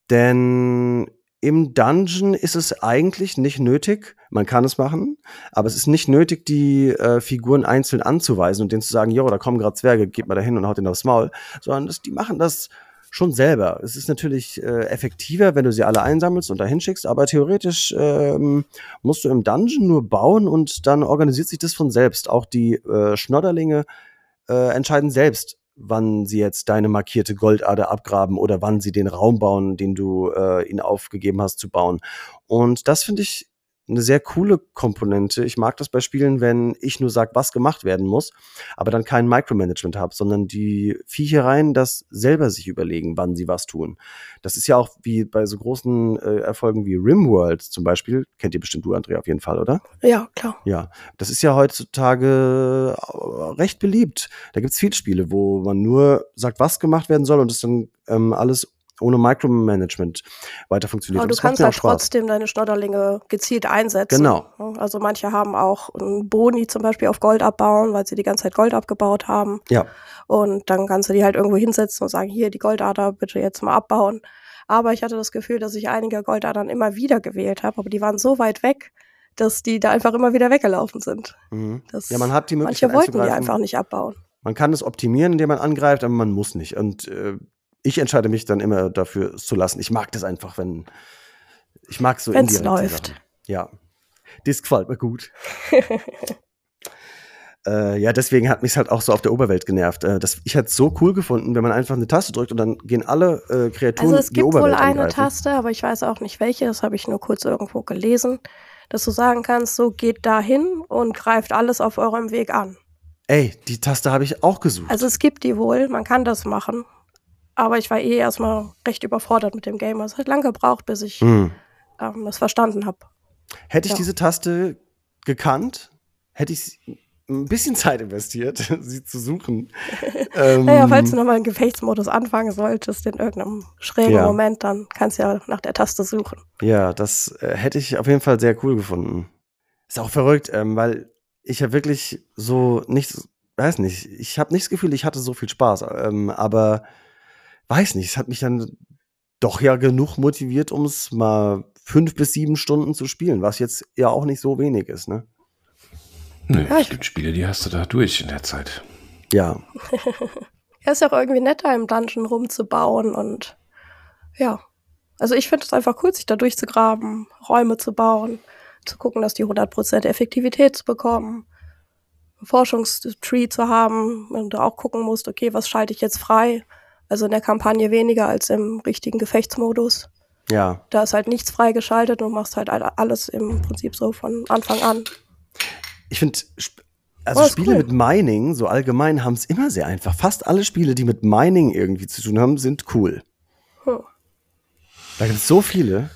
im Dungeon ist es eigentlich nicht nötig, man kann es machen, aber es ist nicht nötig, die Figuren einzeln anzuweisen und denen zu sagen, jo, da kommen gerade Zwerge, geht mal da hin und haut denen aufs Maul, sondern die machen das schon selber. Es ist natürlich effektiver, wenn du sie alle einsammelst und dahin schickst, aber theoretisch musst du im Dungeon nur bauen und dann organisiert sich das von selbst. Auch die Schnodderlinge entscheiden selbst, wann sie jetzt deine markierte Goldader abgraben oder wann sie den Raum bauen, den du ihnen aufgegeben hast zu bauen. Und das finde ich eine sehr coole Komponente. Ich mag das bei Spielen, wenn ich nur sage, was gemacht werden muss, aber dann kein Micromanagement habe, sondern die Viechereien das selber sich überlegen, wann sie was tun. Das ist ja auch wie bei so großen Erfolgen wie RimWorld zum Beispiel. Kennt ihr bestimmt du, Andrea, auf jeden Fall, oder? Ja, klar. Ja, das ist ja heutzutage recht beliebt. Da gibt's viele Spiele, wo man nur sagt, was gemacht werden soll und es dann alles ohne Micromanagement weiter funktioniert. Aber Und du das macht kannst mir auch halt Spaß. trotzdem deine Schnodderlinge gezielt einsetzen. Genau. Also manche haben auch einen Boni zum Beispiel auf Gold abbauen, weil sie die ganze Zeit Gold abgebaut haben. Ja. Und dann kannst du die halt irgendwo hinsetzen und sagen, hier, die Goldader bitte jetzt mal abbauen. Aber ich hatte das Gefühl, dass ich einige Goldadern immer wieder gewählt habe, aber die waren so weit weg, dass die da einfach immer wieder weggelaufen sind. Mhm. Das, Ja, man hat die Möglichkeit manche wollten die einzugreifen. einfach nicht abbauen. Man kann es optimieren, indem man angreift, aber man muss nicht. Und ich entscheide mich dann immer dafür, es zu lassen. Ich mag das einfach, wenn ich mag so Wenn's indirekte läuft. Sachen. Ja, das gefällt mir gut. Ja, deswegen hat mich halt auch so auf der Oberwelt genervt. Ich hätte es so cool gefunden, wenn man einfach eine Taste drückt und dann gehen alle Kreaturen Also es die gibt Oberwelt wohl eine angreifen. Taste, aber ich weiß auch nicht welche, das habe ich nur kurz irgendwo gelesen, dass du sagen kannst, so geht da hin und greift alles auf eurem Weg an. Ey, die Taste habe ich auch gesucht. Also es gibt die wohl, man kann das machen, aber ich war erstmal recht überfordert mit dem Game. Es hat lange gebraucht, bis ich das verstanden habe. Hätte ich Ja. diese Taste gekannt, hätte ich ein bisschen Zeit investiert, sie zu suchen. Naja, falls du nochmal einen Gefechtsmodus anfangen solltest in irgendeinem schrägen Ja. Moment, dann kannst du ja nach der Taste suchen. Ja, das hätte ich auf jeden Fall sehr cool gefunden. Ist auch verrückt, weil ich ja wirklich so nichts, weiß nicht, ich habe nicht das Gefühl, ich hatte so viel Spaß, aber weiß nicht, es hat mich dann doch ja genug motiviert, um es mal 5 bis 7 Stunden zu spielen, was jetzt ja auch nicht so wenig ist, ne? Nö, Ja, es gibt Spiele, die hast du da durch in der Zeit. Ja, Ja, ist ja auch irgendwie netter, im Dungeon rumzubauen und ja. Also ich finde es einfach cool, sich da durchzugraben, Räume zu bauen, zu gucken, dass die 100% Effektivität zu bekommen, einen Forschungstree zu haben, wenn du auch gucken musst, okay, was schalte ich jetzt frei? Also in der Kampagne weniger als im richtigen Gefechtsmodus. ja. Da ist halt nichts freigeschaltet und machst halt alles im Prinzip so von Anfang an. Ich finde, also Oh, ist Spiele cool. mit Mining, so allgemein, haben es immer sehr einfach. Fast alle Spiele, die mit Mining irgendwie zu tun haben, sind cool. Hm. Da gibt es so viele.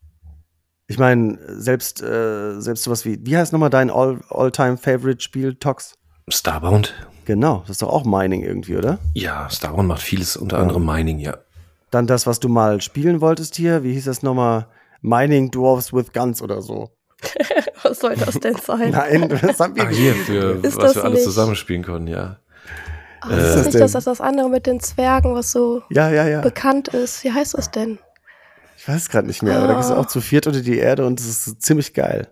Ich meine, selbst sowas wie heißt nochmal dein All-Time-Favorite-Spiel, Tox? Starbound? Genau, das ist doch auch Mining irgendwie, oder? Ja, Starbound macht vieles, unter anderem Mining, ja. Dann das, was du mal spielen wolltest hier, wie hieß das nochmal? Mining Dwarves with Guns oder so. Was soll das denn sein? Nein, das haben wir Ah, hier, gespielt. für Ist was das wir alles nicht- zusammenspielen konnten, ja. Oh, ist ist das das nicht denn? das andere mit den Zwergen, was so Ja. bekannt ist? Wie heißt das denn? Ich weiß gerade nicht mehr, aber da gehst du auch zu viert unter die Erde und das ist ziemlich geil.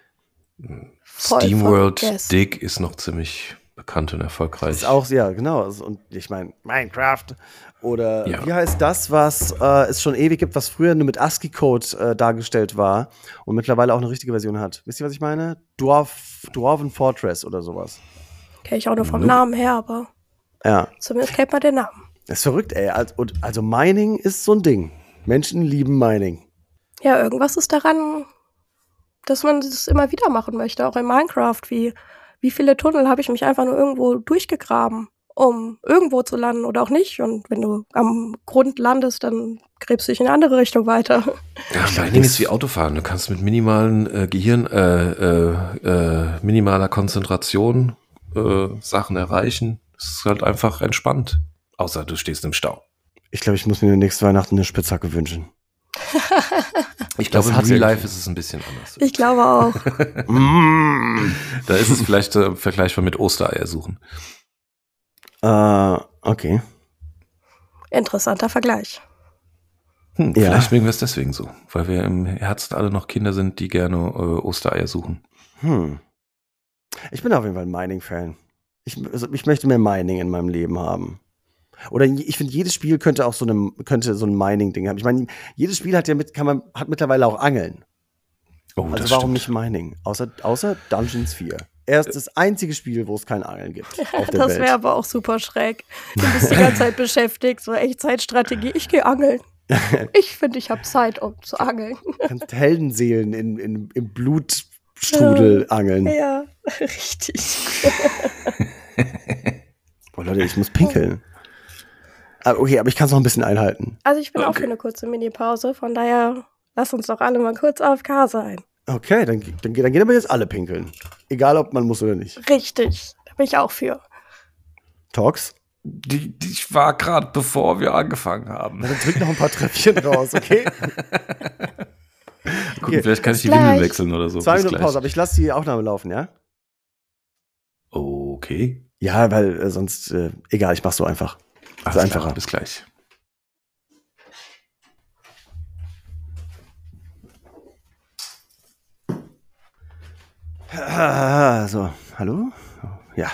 Voll SteamWorld vergessen. Dig ist noch ziemlich bekannt und erfolgreich. Das ist auch, ja, genau. Also, und ich meine, Minecraft oder Ja. wie heißt das, was es schon ewig gibt, was früher nur mit ASCII-Code dargestellt war und mittlerweile auch eine richtige Version hat. Wisst ihr, was ich meine? Dwarven Fortress oder sowas. Kenn ich auch nur vom Namen her, aber Ja, zumindest kennt man den Namen. das ist verrückt, ey. Also Mining ist so ein Ding. Menschen lieben Mining. Ja, irgendwas ist daran, dass man das immer wieder machen möchte, auch in Minecraft. Wie viele Tunnel habe ich mich einfach nur irgendwo durchgegraben, um irgendwo zu landen oder auch nicht. Und wenn du am Grund landest, dann gräbst du dich in eine andere Richtung weiter. Ja, Mining ist wie Autofahren. Du kannst mit minimalen minimaler Konzentration Sachen erreichen. Es ist halt einfach entspannt. Außer du stehst im Stau. Ich glaube, ich muss mir nächste Weihnachten eine Spitzhacke wünschen. Ich glaube, Das im hat Real sehr- Life ist es ein bisschen anders. Ich glaube auch. Da ist es vielleicht vergleichbar mit Ostereier suchen. Okay. Interessanter Vergleich. Ja. Vielleicht mögen wir es deswegen so, weil wir im Herzen alle noch Kinder sind, die gerne Ostereier suchen. Ich bin auf jeden Fall ein Mining-Fan. Ich möchte mehr Mining in meinem Leben haben. Oder ich finde, jedes Spiel könnte auch so ein Mining-Ding haben. Ich meine, jedes Spiel hat mittlerweile auch Angeln. Oh, also warum nicht Mining? Außer Dungeons 4. Er ist das einzige Spiel, wo es kein Angeln gibt auf der Welt. Das wäre aber auch super schräg. Du bist die ganze Zeit beschäftigt, so Echtzeitstrategie. Ich gehe angeln. Ich finde, ich habe Zeit, um zu angeln. Du kannst Heldenseelen im Blutstrudel angeln. Ja, richtig. Boah, Leute, ich muss pinkeln. Okay, aber ich kann es noch ein bisschen einhalten. Also ich bin auch für eine kurze Mini-Pause, von daher lass uns doch alle mal kurz AFK sein. Okay, dann gehen aber jetzt alle pinkeln. Egal, ob man muss oder nicht. Richtig, da bin ich auch für. Talks? Ich war gerade, bevor wir angefangen haben. Dann drück noch ein paar Tröpfchen raus, okay? Gucken, vielleicht kann ich die Gleich. Windeln wechseln oder so. 2 Bis Minuten gleich. Pause, aber ich lasse die Aufnahme laufen, ja? Okay. Ja, weil sonst, egal, ich mach's so einfach. Alles ist einfacher. klar, bis gleich. So, hallo? Ja.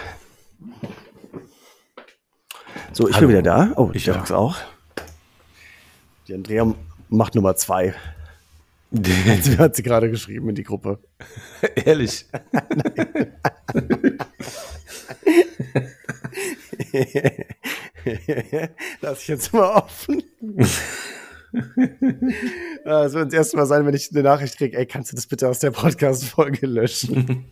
So, ich Hallo. bin wieder da. Oh, Ich der auch. Max auch. Die Andrea macht Nummer 2. Sie hat sie gerade geschrieben in die Gruppe. Ehrlich. Lass ich jetzt mal offen. Das wird das erste Mal sein, wenn ich eine Nachricht kriege, ey, kannst du das bitte aus der Podcast-Folge löschen?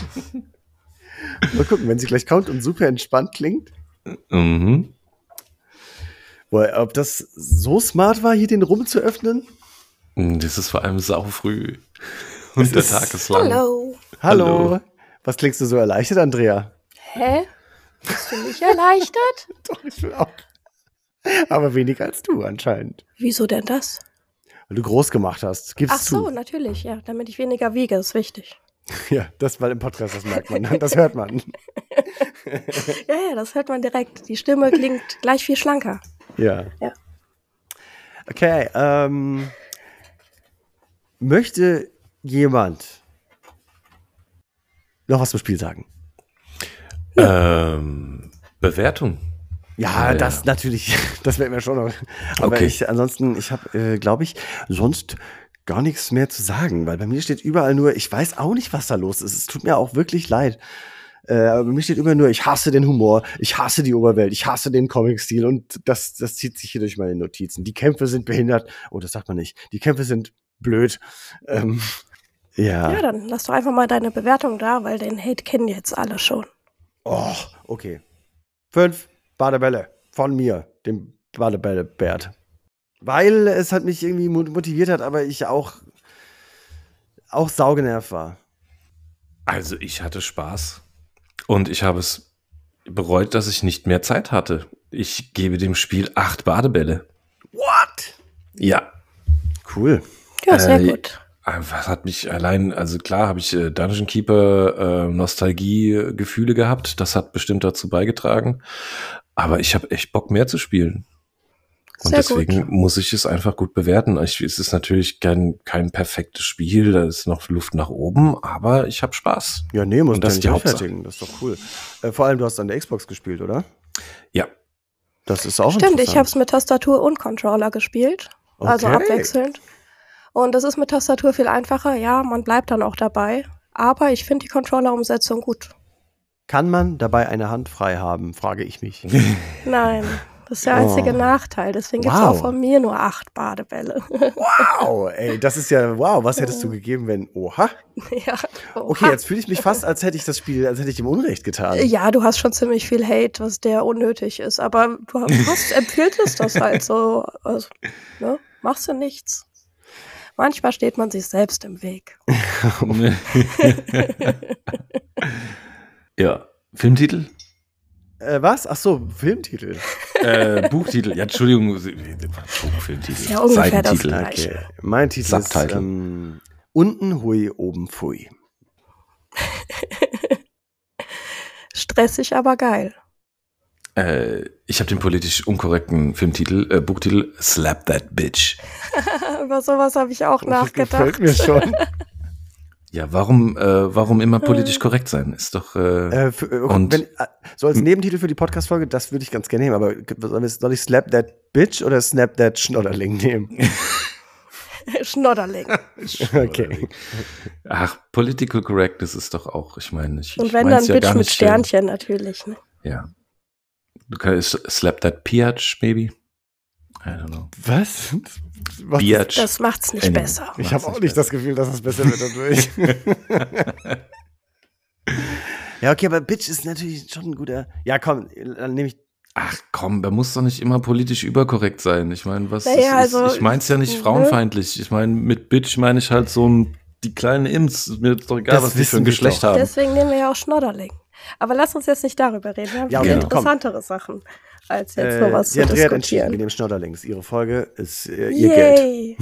Mal gucken, wenn sie gleich kommt und super entspannt klingt. Mhm. Boah, ob das so smart war, hier den Rum zu öffnen? Das ist vor allem saufrüh. Und der Tag ist lang. Hallo. Hallo. Hallo. Was klingst du so erleichtert, Andrea? Hä? Bist du nicht erleichtert? Doch, ich will auch. Aber weniger als du anscheinend. Wieso denn das? Weil du groß gemacht hast. Gib's Ach so, zu. natürlich, ja. Damit ich weniger wiege, ist wichtig. Ja, das war im Podcast, das merkt man. Das hört man. Ja, das hört man direkt. Die Stimme klingt gleich viel schlanker. Ja. Ja. Okay, möchte jemand noch was zum Spiel sagen? Bewertung. Ja, Ja, das ja. natürlich, das werden wir schon noch. Aber Okay. ich habe, glaube ich, sonst gar nichts mehr zu sagen, weil bei mir steht überall nur, ich weiß auch nicht, was da los ist. Es tut mir auch wirklich leid. Aber bei mir steht immer nur, ich hasse den Humor, ich hasse die Oberwelt, ich hasse den Comic-Stil und das zieht sich hier durch meine Notizen. Die Kämpfe sind behindert. Oh, das sagt man nicht. Die Kämpfe sind blöd. Ja, Ja. dann lass doch einfach mal deine Bewertung da, weil den Hate kennen jetzt alle schon. Oh, okay. 5 Badebälle von mir, dem Badebälle-Bert. Weil es hat mich irgendwie motiviert hat, aber ich auch saugenervt war. Also ich hatte Spaß und ich habe es bereut, dass ich nicht mehr Zeit hatte. Ich gebe dem Spiel 8 Badebälle. What? Ja. Cool. Ja, sehr gut. Was hat mich allein, also klar habe ich Dungeon Keeper Nostalgie-Gefühle gehabt. Das hat bestimmt dazu beigetragen. Aber ich habe echt Bock, mehr zu spielen. Und Sehr deswegen gut. muss ich es einfach gut bewerten. Es ist natürlich kein perfektes Spiel, da ist noch Luft nach oben, aber ich habe Spaß. Ja, nee, muss Und das ja ist die nicht Hauptsache. rechtfertigen. Das ist doch cool. Vor allem, du hast an der Xbox gespielt, oder? Ja. Das ist auch Stimmt, ich interessant. habe es mit Tastatur und Controller gespielt. Also Okay. abwechselnd. Und das ist mit Tastatur viel einfacher. Ja, man bleibt dann auch dabei. Aber ich finde die Controller-Umsetzung gut. Kann man dabei eine Hand frei haben, frage ich mich. Nein, das ist der einzige Nachteil. Deswegen gibt es Wow. auch von mir nur 8 Badebälle. Wow, ey, das ist ja, wow, was hättest du gegeben, wenn, oha. Ja. Okay, jetzt fühle ich mich fast, als hätte ich das Spiel, als hätte ich dem Unrecht getan. Ja, du hast schon ziemlich viel Hate, was der unnötig ist. Aber du empfiehlst das halt so. Also, ne? Machst du nichts. Manchmal steht man sich selbst im Weg. Ja. Filmtitel? Was? Ach so, Filmtitel. Buchtitel. Ja, Entschuldigung. Filmtitel. Ist ja ungefähr das Seitentitel. Gleiche. Okay. Mein Titel Subtitle. ist unten hui, oben pfui. Stressig, aber geil. Ich habe den politisch unkorrekten Buchtitel Slap That Bitch. Über sowas habe ich auch Gefällt nachgedacht. mir schon. Ja, warum immer politisch korrekt sein? Ist doch so als Nebentitel für die Podcast-Folge, das würde ich ganz gerne nehmen, aber soll ich Slap That Bitch oder Snap That Schnodderling nehmen? Schnodderling. Okay. Ach, Political Correctness ist doch auch, ich meine, und wenn dann Bitch mit Sternchen natürlich, ne? Ja. Du kannst Slap That Piatsch, Baby. I don't know. Was? Biatch. Das macht's nicht besser. Ich habe auch nicht das Gefühl, dass es besser wird dadurch. Ja, okay, aber Bitch ist natürlich schon ein guter. Ja, komm, dann nehme ich. Ach komm, da muss doch nicht immer politisch überkorrekt sein. Ich meine, ich meine es ja nicht frauenfeindlich. Ich meine, mit Bitch meine ich halt so die kleinen Imps. Mir ist doch egal, was die für ein Geschlecht haben. Deswegen nehmen wir ja auch Schnodderling. Aber lass uns jetzt nicht darüber reden. Wir haben viel interessantere Sachen, als jetzt sowas zu diskutieren. Wir nehmen Schnodderlings. Ihre Folge ist ihr Geld.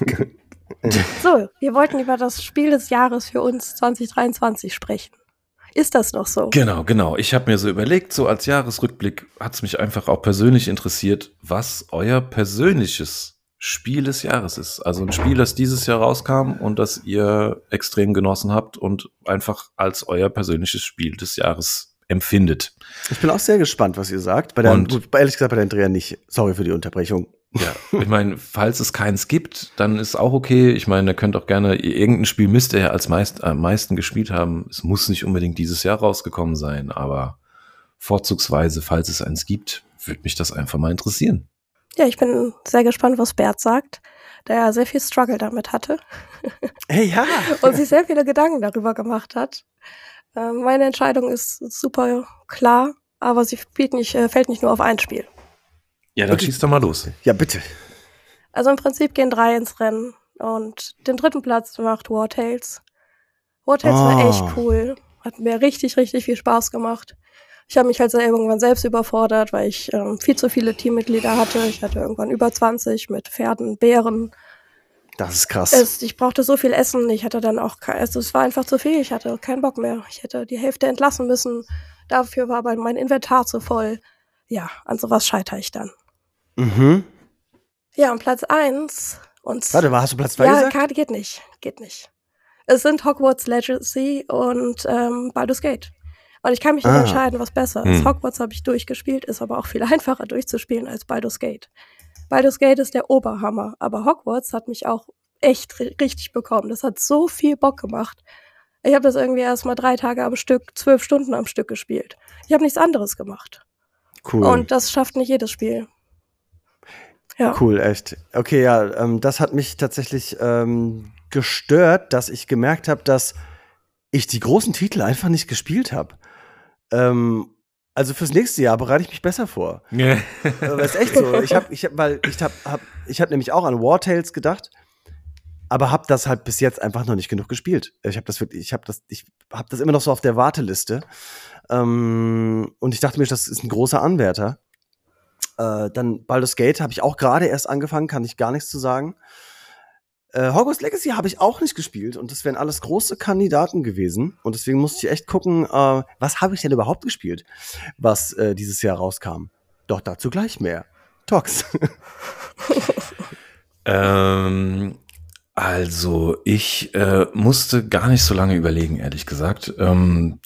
So, wir wollten über das Spiel des Jahres für uns 2023 sprechen. Ist das noch so? Genau. Ich habe mir so überlegt, so als Jahresrückblick hat es mich einfach auch persönlich interessiert, was euer persönliches Spiel des Jahres ist. Also ein Spiel, das dieses Jahr rauskam und das ihr extrem genossen habt und einfach als euer persönliches Spiel des Jahres empfindet. Ich bin auch sehr gespannt, was ihr sagt. Ehrlich gesagt, bei der Andrea nicht. Sorry für die Unterbrechung. Ja, ich meine, falls es keins gibt, dann ist auch okay. Ich meine, ihr könnt auch gerne, irgendein Spiel müsst ihr ja am meisten gespielt haben. Es muss nicht unbedingt dieses Jahr rausgekommen sein, aber vorzugsweise, falls es eins gibt, würde mich das einfach mal interessieren. Ja, ich bin sehr gespannt, was Bert sagt, der ja sehr viel Struggle damit hatte. Hey, ja. Und sich sehr viele Gedanken darüber gemacht hat. Meine Entscheidung ist super klar, aber sie fällt nicht nur auf ein Spiel. Ja, dann schießt doch mal los. Ja, bitte. Also im Prinzip gehen 3 ins Rennen und den 3. Platz macht War Tales. War Tales war echt cool, hat mir richtig, richtig viel Spaß gemacht. Ich habe mich halt irgendwann selbst überfordert, weil ich viel zu viele Teammitglieder hatte. Ich hatte irgendwann über 20 mit Pferden, Bären. Das ist krass. Ich brauchte so viel Essen, ich hatte dann auch, es war einfach zu viel, ich hatte keinen Bock mehr. Ich hätte die Hälfte entlassen müssen, dafür war aber mein Inventar zu voll. Ja, an sowas scheitere ich dann. Mhm. Ja, und Platz 1. Warte, hast du Platz 2 gesagt? Ja, geht nicht. Es sind Hogwarts Legacy und Baldur's Gate. Und ich kann mich nicht entscheiden, was besser ist. Hogwarts habe ich durchgespielt, ist aber auch viel einfacher durchzuspielen als Baldur's Gate. Baldur's Gate ist der Oberhammer, aber Hogwarts hat mich auch echt richtig bekommen. Das hat so viel Bock gemacht. Ich habe das irgendwie erst mal 3 Tage am Stück, 12 Stunden am Stück gespielt. Ich habe nichts anderes gemacht. Cool. Und das schafft nicht jedes Spiel. Ja. Cool, echt. Okay, ja, das hat mich tatsächlich gestört, dass ich gemerkt habe, dass ich die großen Titel einfach nicht gespielt habe. Also fürs nächste Jahr bereite ich mich besser vor. Yeah. Das ist echt so. Ich hab nämlich auch an War Tales gedacht, aber habe das halt bis jetzt einfach noch nicht genug gespielt. Ich habe das immer noch so auf der Warteliste. Und ich dachte mir, das ist ein großer Anwärter. Dann Baldur's Gate habe ich auch gerade erst angefangen, kann ich gar nichts zu sagen. Hogwarts Legacy habe ich auch nicht gespielt und das wären alles große Kandidaten gewesen. Und deswegen musste ich echt gucken, was habe ich denn überhaupt gespielt, was dieses Jahr rauskam. Doch dazu gleich mehr. Tox. Also, ich musste gar nicht so lange überlegen, ehrlich gesagt. Im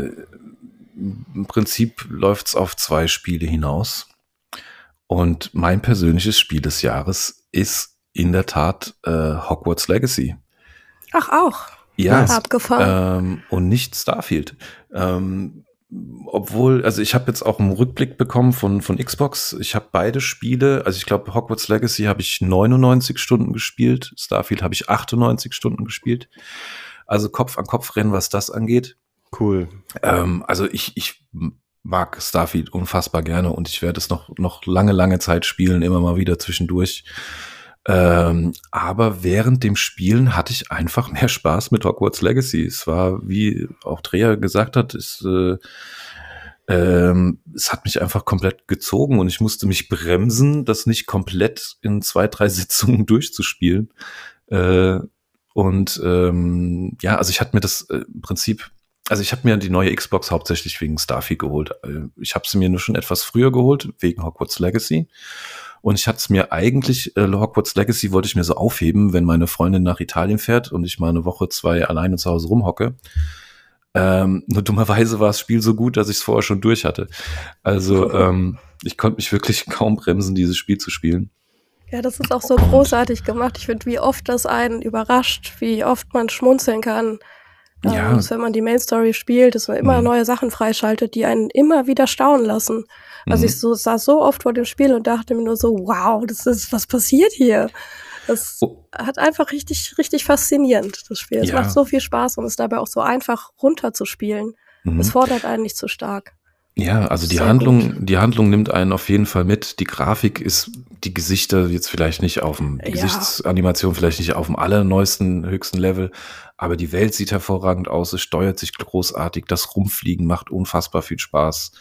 Prinzip läuft's auf 2 Spiele hinaus. Und mein persönliches Spiel des Jahres ist in der Tat Hogwarts Legacy. Ach, auch? Ja. Abgefahren. Und nicht Starfield. Obwohl, also ich habe jetzt auch einen Rückblick bekommen von Xbox. Ich habe beide Spiele, also ich glaube Hogwarts Legacy habe ich 99 Stunden gespielt, Starfield habe ich 98 Stunden gespielt. Also Kopf-an-Kopf-Rennen, was das angeht. Cool. Also ich mag Starfield unfassbar gerne und ich werde es noch lange Zeit spielen, immer mal wieder zwischendurch. Aber während dem Spielen hatte ich einfach mehr Spaß mit Hogwarts Legacy. Es war, wie auch Dreher gesagt hat, es hat mich einfach komplett gezogen und ich musste mich bremsen, das nicht komplett in 2-3 Sitzungen durchzuspielen. Ja, also ich hatte mir das im Prinzip, also ich habe mir die neue Xbox hauptsächlich wegen Starfield geholt. Ich habe sie mir nur schon etwas früher geholt, wegen Hogwarts Legacy. Und ich hatte es mir eigentlich, Hogwarts Legacy wollte ich mir so aufheben, wenn meine Freundin nach Italien fährt und ich mal eine Woche, 2 alleine zu Hause rumhocke. Nur dummerweise war das Spiel so gut, dass ich es vorher schon durch hatte. Also ich konnte mich wirklich kaum bremsen, dieses Spiel zu spielen. Ja, das ist auch so großartig gemacht. Ich finde, wie oft das einen überrascht, wie oft man schmunzeln kann. Ja. Dass, wenn man die Main Story spielt, dass man immer neue Sachen freischaltet, die einen immer wieder staunen lassen. Also ich saß so oft vor dem Spiel und dachte mir nur so, wow, was passiert hier? Das hat einfach richtig, richtig faszinierend, das Spiel. Es macht so viel Spaß und ist dabei auch so einfach runterzuspielen. Es fordert einen nicht zu stark. Ja, also die Handlung nimmt einen auf jeden Fall mit. Die Grafik ist, die Gesichter jetzt vielleicht nicht auf dem, die Gesichtsanimation vielleicht nicht auf dem allerneuesten, höchsten Level, aber die Welt sieht hervorragend aus, es steuert sich großartig, das Rumfliegen macht unfassbar viel Spaß.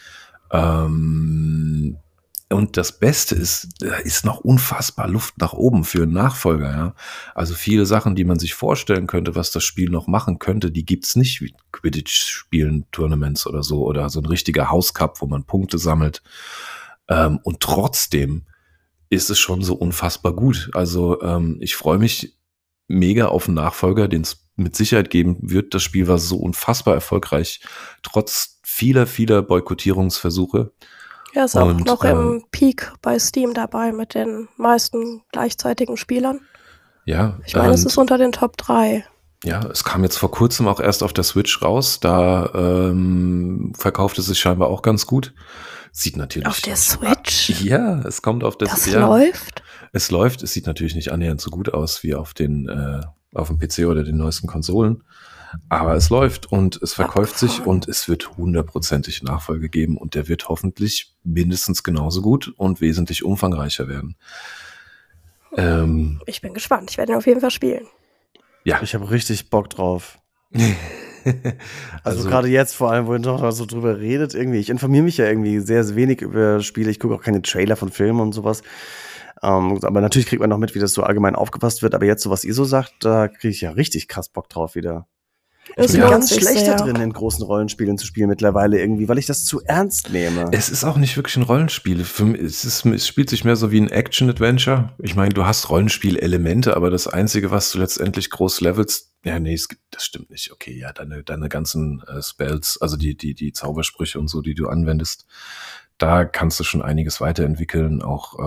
Und das Beste ist, da ist noch unfassbar Luft nach oben für einen Nachfolger, ja. Also viele Sachen, die man sich vorstellen könnte, was das Spiel noch machen könnte, die gibt's nicht, wie Quidditch-Spielen, Tournaments oder so ein richtiger House Cup, wo man Punkte sammelt. Und trotzdem ist es schon so unfassbar gut. Also ich freue mich mega auf einen Nachfolger, den es mit Sicherheit geben wird. Das Spiel war so unfassbar erfolgreich, trotz vieler Boykottierungsversuche. Ja, ist auch noch im Peak bei Steam dabei mit den meisten gleichzeitigen Spielern. Ja. Ich meine, es ist unter den Top 3. Ja, es kam jetzt vor kurzem auch erst auf der Switch raus. Da verkauft es sich scheinbar auch ganz gut. Sieht natürlich... Auf der Switch? Ja, es kommt auf der Switch. Das läuft? Es läuft. Es sieht natürlich nicht annähernd so gut aus wie auf dem PC oder den neuesten Konsolen. Aber es läuft und es verkauft sich und es wird 100%ig Nachfolge geben und der wird hoffentlich mindestens genauso gut und wesentlich umfangreicher werden. Ich bin gespannt. Ich werde ihn auf jeden Fall spielen. Ja. Ich habe richtig Bock drauf. Also gerade jetzt vor allem, wo ihr noch so drüber redet, irgendwie. Ich informiere mich ja irgendwie sehr, sehr wenig über Spiele. Ich gucke auch keine Trailer von Filmen und sowas. Aber natürlich kriegt man noch mit, wie das so allgemein aufgefasst wird. Aber jetzt, so was ihr so sagt, da kriege ich ja richtig krass Bock drauf wieder. Ich bin ganz schlecht da drin, in großen Rollenspielen zu spielen mittlerweile irgendwie, weil ich das zu ernst nehme. Es ist auch nicht wirklich ein Rollenspiel. Es spielt sich mehr so wie ein Action-Adventure. Ich meine, du hast Rollenspiel-Elemente, aber das Einzige, was du letztendlich groß levelst, das stimmt nicht. Okay, ja, deine ganzen Spells, also die Zaubersprüche und so, die du anwendest, da kannst du schon einiges weiterentwickeln, auch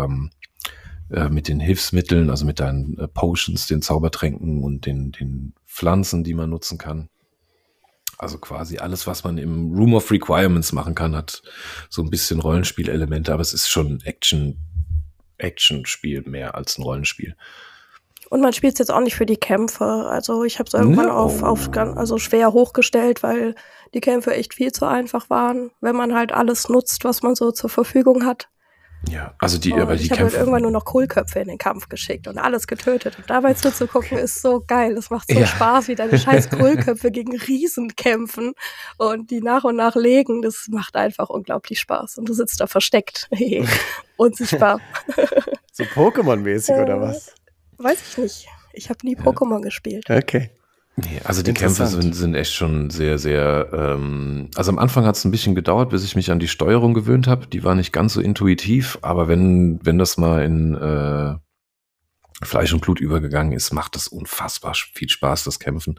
mit den Hilfsmitteln, also mit deinen Potions, den Zaubertränken und den Pflanzen, die man nutzen kann. Also quasi alles, was man im Room of Requirements machen kann, hat so ein bisschen Rollenspielelemente, aber es ist schon ein Action-Spiel mehr als ein Rollenspiel. Und man spielt es jetzt auch nicht für die Kämpfe. Also ich habe es irgendwann auf schwer hochgestellt, weil die Kämpfe echt viel zu einfach waren, wenn man halt alles nutzt, was man so zur Verfügung hat. Ja, also die ich habe Kämpfe. halt irgendwann nur noch Kohlköpfe in den Kampf geschickt und alles getötet. Und dabei zuzugucken ist so geil. Es macht so Spaß, wie deine scheiß Kohlköpfe gegen Riesen kämpfen und die nach und nach legen. Das macht einfach unglaublich Spaß. Und du sitzt da versteckt. Unsichtbar. So Pokémon-mäßig oder was? Weiß ich nicht. Ich habe nie Pokémon gespielt. Okay. Nee, also die Kämpfe sind echt schon sehr, sehr, also am Anfang hat es ein bisschen gedauert, bis ich mich an die Steuerung gewöhnt habe. Die war nicht ganz so intuitiv, aber wenn das mal in Fleisch und Blut übergegangen ist, macht das unfassbar viel Spaß, das Kämpfen.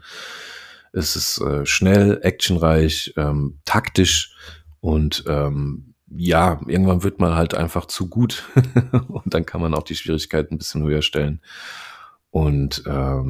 Es ist schnell, actionreich, taktisch und irgendwann wird man halt einfach zu gut und dann kann man auch die Schwierigkeiten ein bisschen höher stellen. Und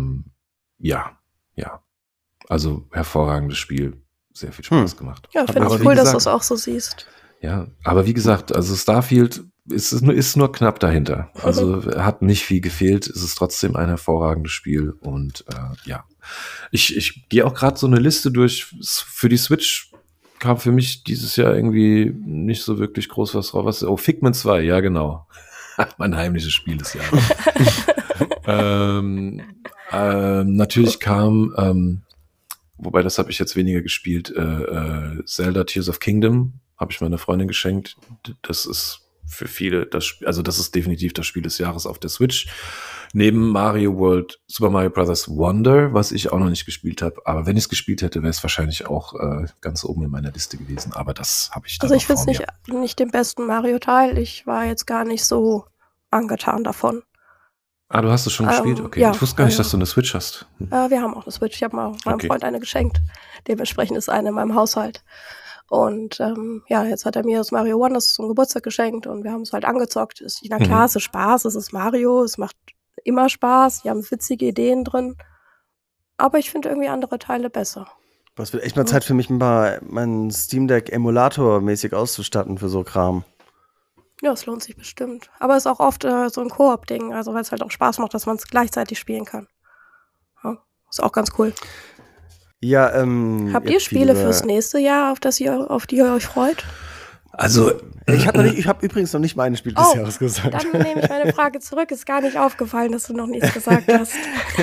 also hervorragendes Spiel, sehr viel Spaß gemacht. Ja, finde ich cool, dass du es auch so siehst. Ja, aber wie gesagt, also Starfield ist nur knapp dahinter. Also hat nicht viel gefehlt, es ist trotzdem ein hervorragendes Spiel und ich gehe auch gerade so eine Liste durch. Für die Switch kam für mich dieses Jahr irgendwie nicht so wirklich groß was raus. Figment 2, ja genau. Mein heimliches Spiel des Jahres. Natürlich kam, wobei das habe ich jetzt weniger gespielt, Zelda Tears of Kingdom habe ich meiner Freundin geschenkt. Das ist für viele das ist definitiv das Spiel des Jahres auf der Switch. Neben Super Mario Bros. Wonder, was ich auch noch nicht gespielt habe. Aber wenn ich es gespielt hätte, wäre es wahrscheinlich auch ganz oben in meiner Liste gewesen. Aber das habe ich dann. Also ich finde es nicht den besten Mario-Teil. Ich war jetzt gar nicht so angetan davon. Ah, du hast es schon gespielt? Okay. Ja, ich wusste gar nicht, dass du eine Switch hast. Wir haben auch eine Switch. Ich habe mal meinem Freund eine geschenkt. Dementsprechend ist eine in meinem Haushalt. Und jetzt hat er mir das Mario Wonders zum Geburtstag geschenkt und wir haben es halt angezockt. Na klar, es ist Spaß, es ist Mario, es macht immer Spaß, die haben witzige Ideen drin. Aber ich finde irgendwie andere Teile besser. Was wird echt mal Zeit für mich, mal meinen Steam Deck emulatormäßig auszustatten für so Kram. Ja, es lohnt sich bestimmt. Aber es ist auch oft so ein Koop-Ding, also weil es halt auch Spaß macht, dass man es gleichzeitig spielen kann. Ja, ist auch ganz cool. Ja, habt ihr Spiele fürs nächste Jahr, auf die ihr euch freut? Also, ich habe übrigens noch nicht meine Spiel des Jahres gesagt. Dann nehme ich meine Frage zurück. Ist gar nicht aufgefallen, dass du noch nichts gesagt hast.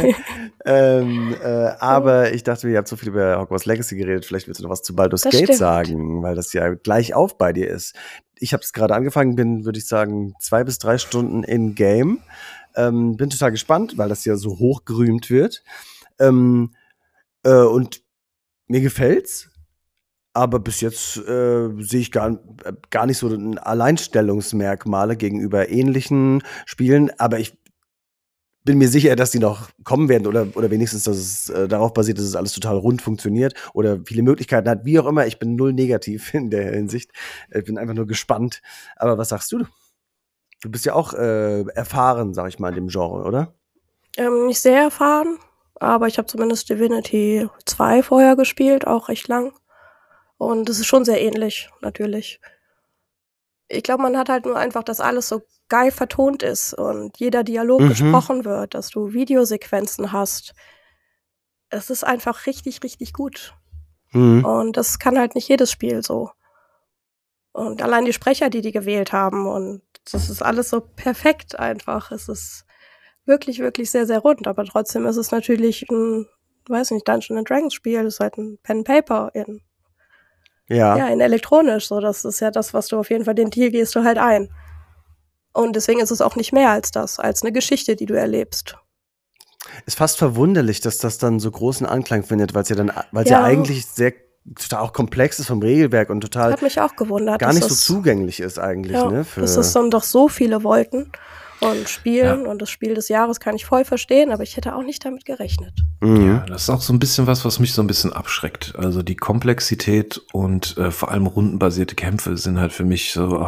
Aber ich dachte, ihr habt so viel über Hogwarts Legacy geredet. Vielleicht willst du noch was zu Baldur's Gate sagen, weil das ja gleich auf bei dir ist. Ich habe es gerade angefangen, bin, würde ich sagen, 2 bis 3 Stunden in Game. Bin total gespannt, weil das ja so hochgerühmt wird. Und mir gefällt's. Aber bis jetzt sehe ich gar nicht so Alleinstellungsmerkmale gegenüber ähnlichen Spielen. Aber ich bin mir sicher, dass die noch kommen werden oder wenigstens, dass es darauf basiert, dass es alles total rund funktioniert oder viele Möglichkeiten hat. Wie auch immer, ich bin null negativ in der Hinsicht. Ich bin einfach nur gespannt. Aber was sagst du? Du bist ja auch erfahren, sag ich mal, in dem Genre, oder? Nicht sehr erfahren, aber ich habe zumindest Divinity 2 vorher gespielt, auch recht lang. Und es ist schon sehr ähnlich, natürlich. Ich glaube, man hat halt nur einfach, dass alles so geil vertont ist und jeder Dialog gesprochen wird, dass du Videosequenzen hast. Es ist einfach richtig, richtig gut. Und das kann halt nicht jedes Spiel so. Und allein die Sprecher, die gewählt haben, und das ist alles so perfekt einfach. Es ist wirklich, wirklich sehr, sehr rund. Aber trotzdem ist es natürlich ein, Dungeons & Dragons Spiel. Das ist halt ein Pen and Paper in elektronisch. So, das ist ja das, was du auf jeden Fall, den Deal gehst du halt ein. Und deswegen ist es auch nicht mehr als das, als eine Geschichte, die du erlebst. Ist fast verwunderlich, dass das dann so großen Anklang findet, weil es ja eigentlich total auch komplex ist vom Regelwerk und total hat mich auch gewundert, gar nicht so zugänglich ist eigentlich. Dass es dann doch so viele wollten und spielen und das Spiel des Jahres kann ich voll verstehen, aber ich hätte auch nicht damit gerechnet. Ja, das ist auch so ein bisschen was mich so ein bisschen abschreckt. Also die Komplexität und vor allem rundenbasierte Kämpfe sind halt für mich so,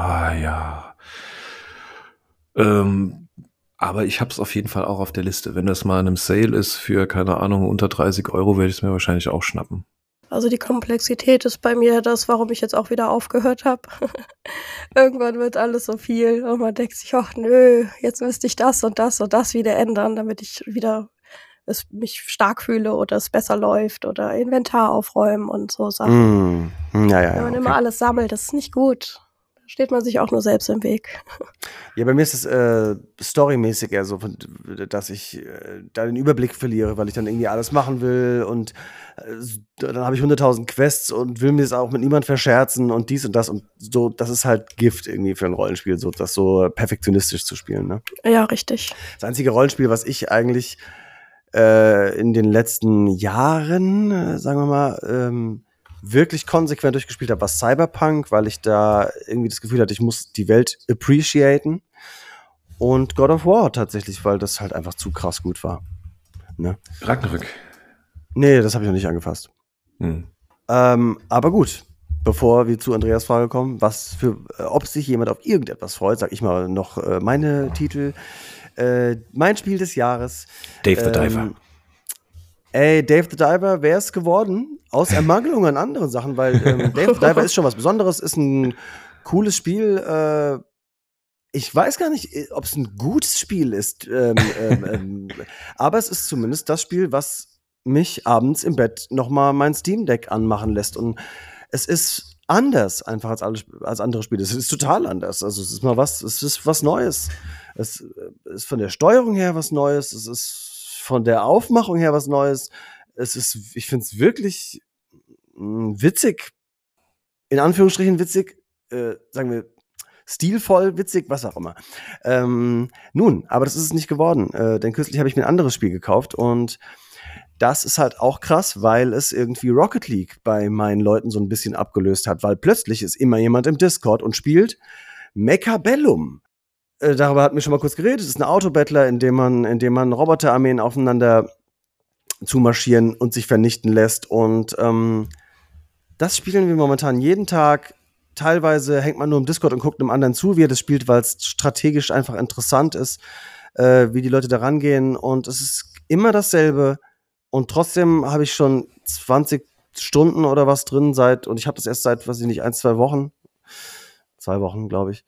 aber ich hab's auf jeden Fall auch auf der Liste. Wenn das mal in einem Sale ist für, keine Ahnung, unter 30 €, werde ich es mir wahrscheinlich auch schnappen. Also die Komplexität ist bei mir das, warum ich jetzt auch wieder aufgehört habe. Irgendwann wird alles so viel und man denkt sich, ach nö, jetzt müsste ich das und das und das wieder ändern, damit ich wieder mich stark fühle oder es besser läuft oder Inventar aufräumen und so Sachen. Wenn man immer alles sammelt, das ist nicht gut. Da steht man sich auch nur selbst im Weg. Ja, bei mir ist es storymäßig eher so, dass ich da den Überblick verliere, weil ich dann irgendwie alles machen will und dann habe ich 100.000 Quests und will mir es auch mit niemand verscherzen und dies und das und so. Das ist halt Gift irgendwie für ein Rollenspiel, so das so perfektionistisch zu spielen, ne? Ja, richtig. Das einzige Rollenspiel, was ich eigentlich in den letzten Jahren, sagen wir mal, wirklich konsequent durchgespielt habe, war Cyberpunk, weil ich da irgendwie das Gefühl hatte, ich muss die Welt appreciaten. Und God of War tatsächlich, weil das halt einfach zu krass gut war. Ne? Ragnarök. Nee, das habe ich noch nicht angefasst. Aber gut, bevor wir zu Andreas Frage kommen, ob sich jemand auf irgendetwas freut, sag ich mal noch meine Titel. Mein Spiel des Jahres. Dave the Diver. Dave the Diver wäre es geworden, aus Ermangelung an anderen Sachen, weil Dave the Diver ist schon was Besonderes, ist ein cooles Spiel. Ich weiß gar nicht, ob es ein gutes Spiel ist, aber es ist zumindest das Spiel, was mich abends im Bett nochmal mein Steam Deck anmachen lässt. Und es ist anders einfach als andere Spiele. Es ist total anders. Also es ist was Neues. Es ist von der Steuerung her was Neues. Es ist von der Aufmachung her was Neues. Ich finde es wirklich witzig. In Anführungsstrichen witzig. Sagen wir stilvoll, witzig, was auch immer. Nun, aber das ist es nicht geworden. Denn kürzlich habe ich mir ein anderes Spiel gekauft und das ist halt auch krass, weil es irgendwie Rocket League bei meinen Leuten so ein bisschen abgelöst hat, weil plötzlich ist immer jemand im Discord und spielt Mechabellum. darüber hatten wir schon mal kurz geredet. Es ist ein Autobattler, in dem man Roboterarmeen aufeinander zumarschieren und sich vernichten lässt. Und das spielen wir momentan jeden Tag. Teilweise hängt man nur im Discord und guckt einem anderen zu, wie er das spielt, weil es strategisch einfach interessant ist, wie die Leute da rangehen. Und es ist immer dasselbe. Und trotzdem habe ich schon 20 Stunden oder was drin und ich habe das erst seit, weiß ich nicht, 2 Wochen. 2 Wochen, glaube ich.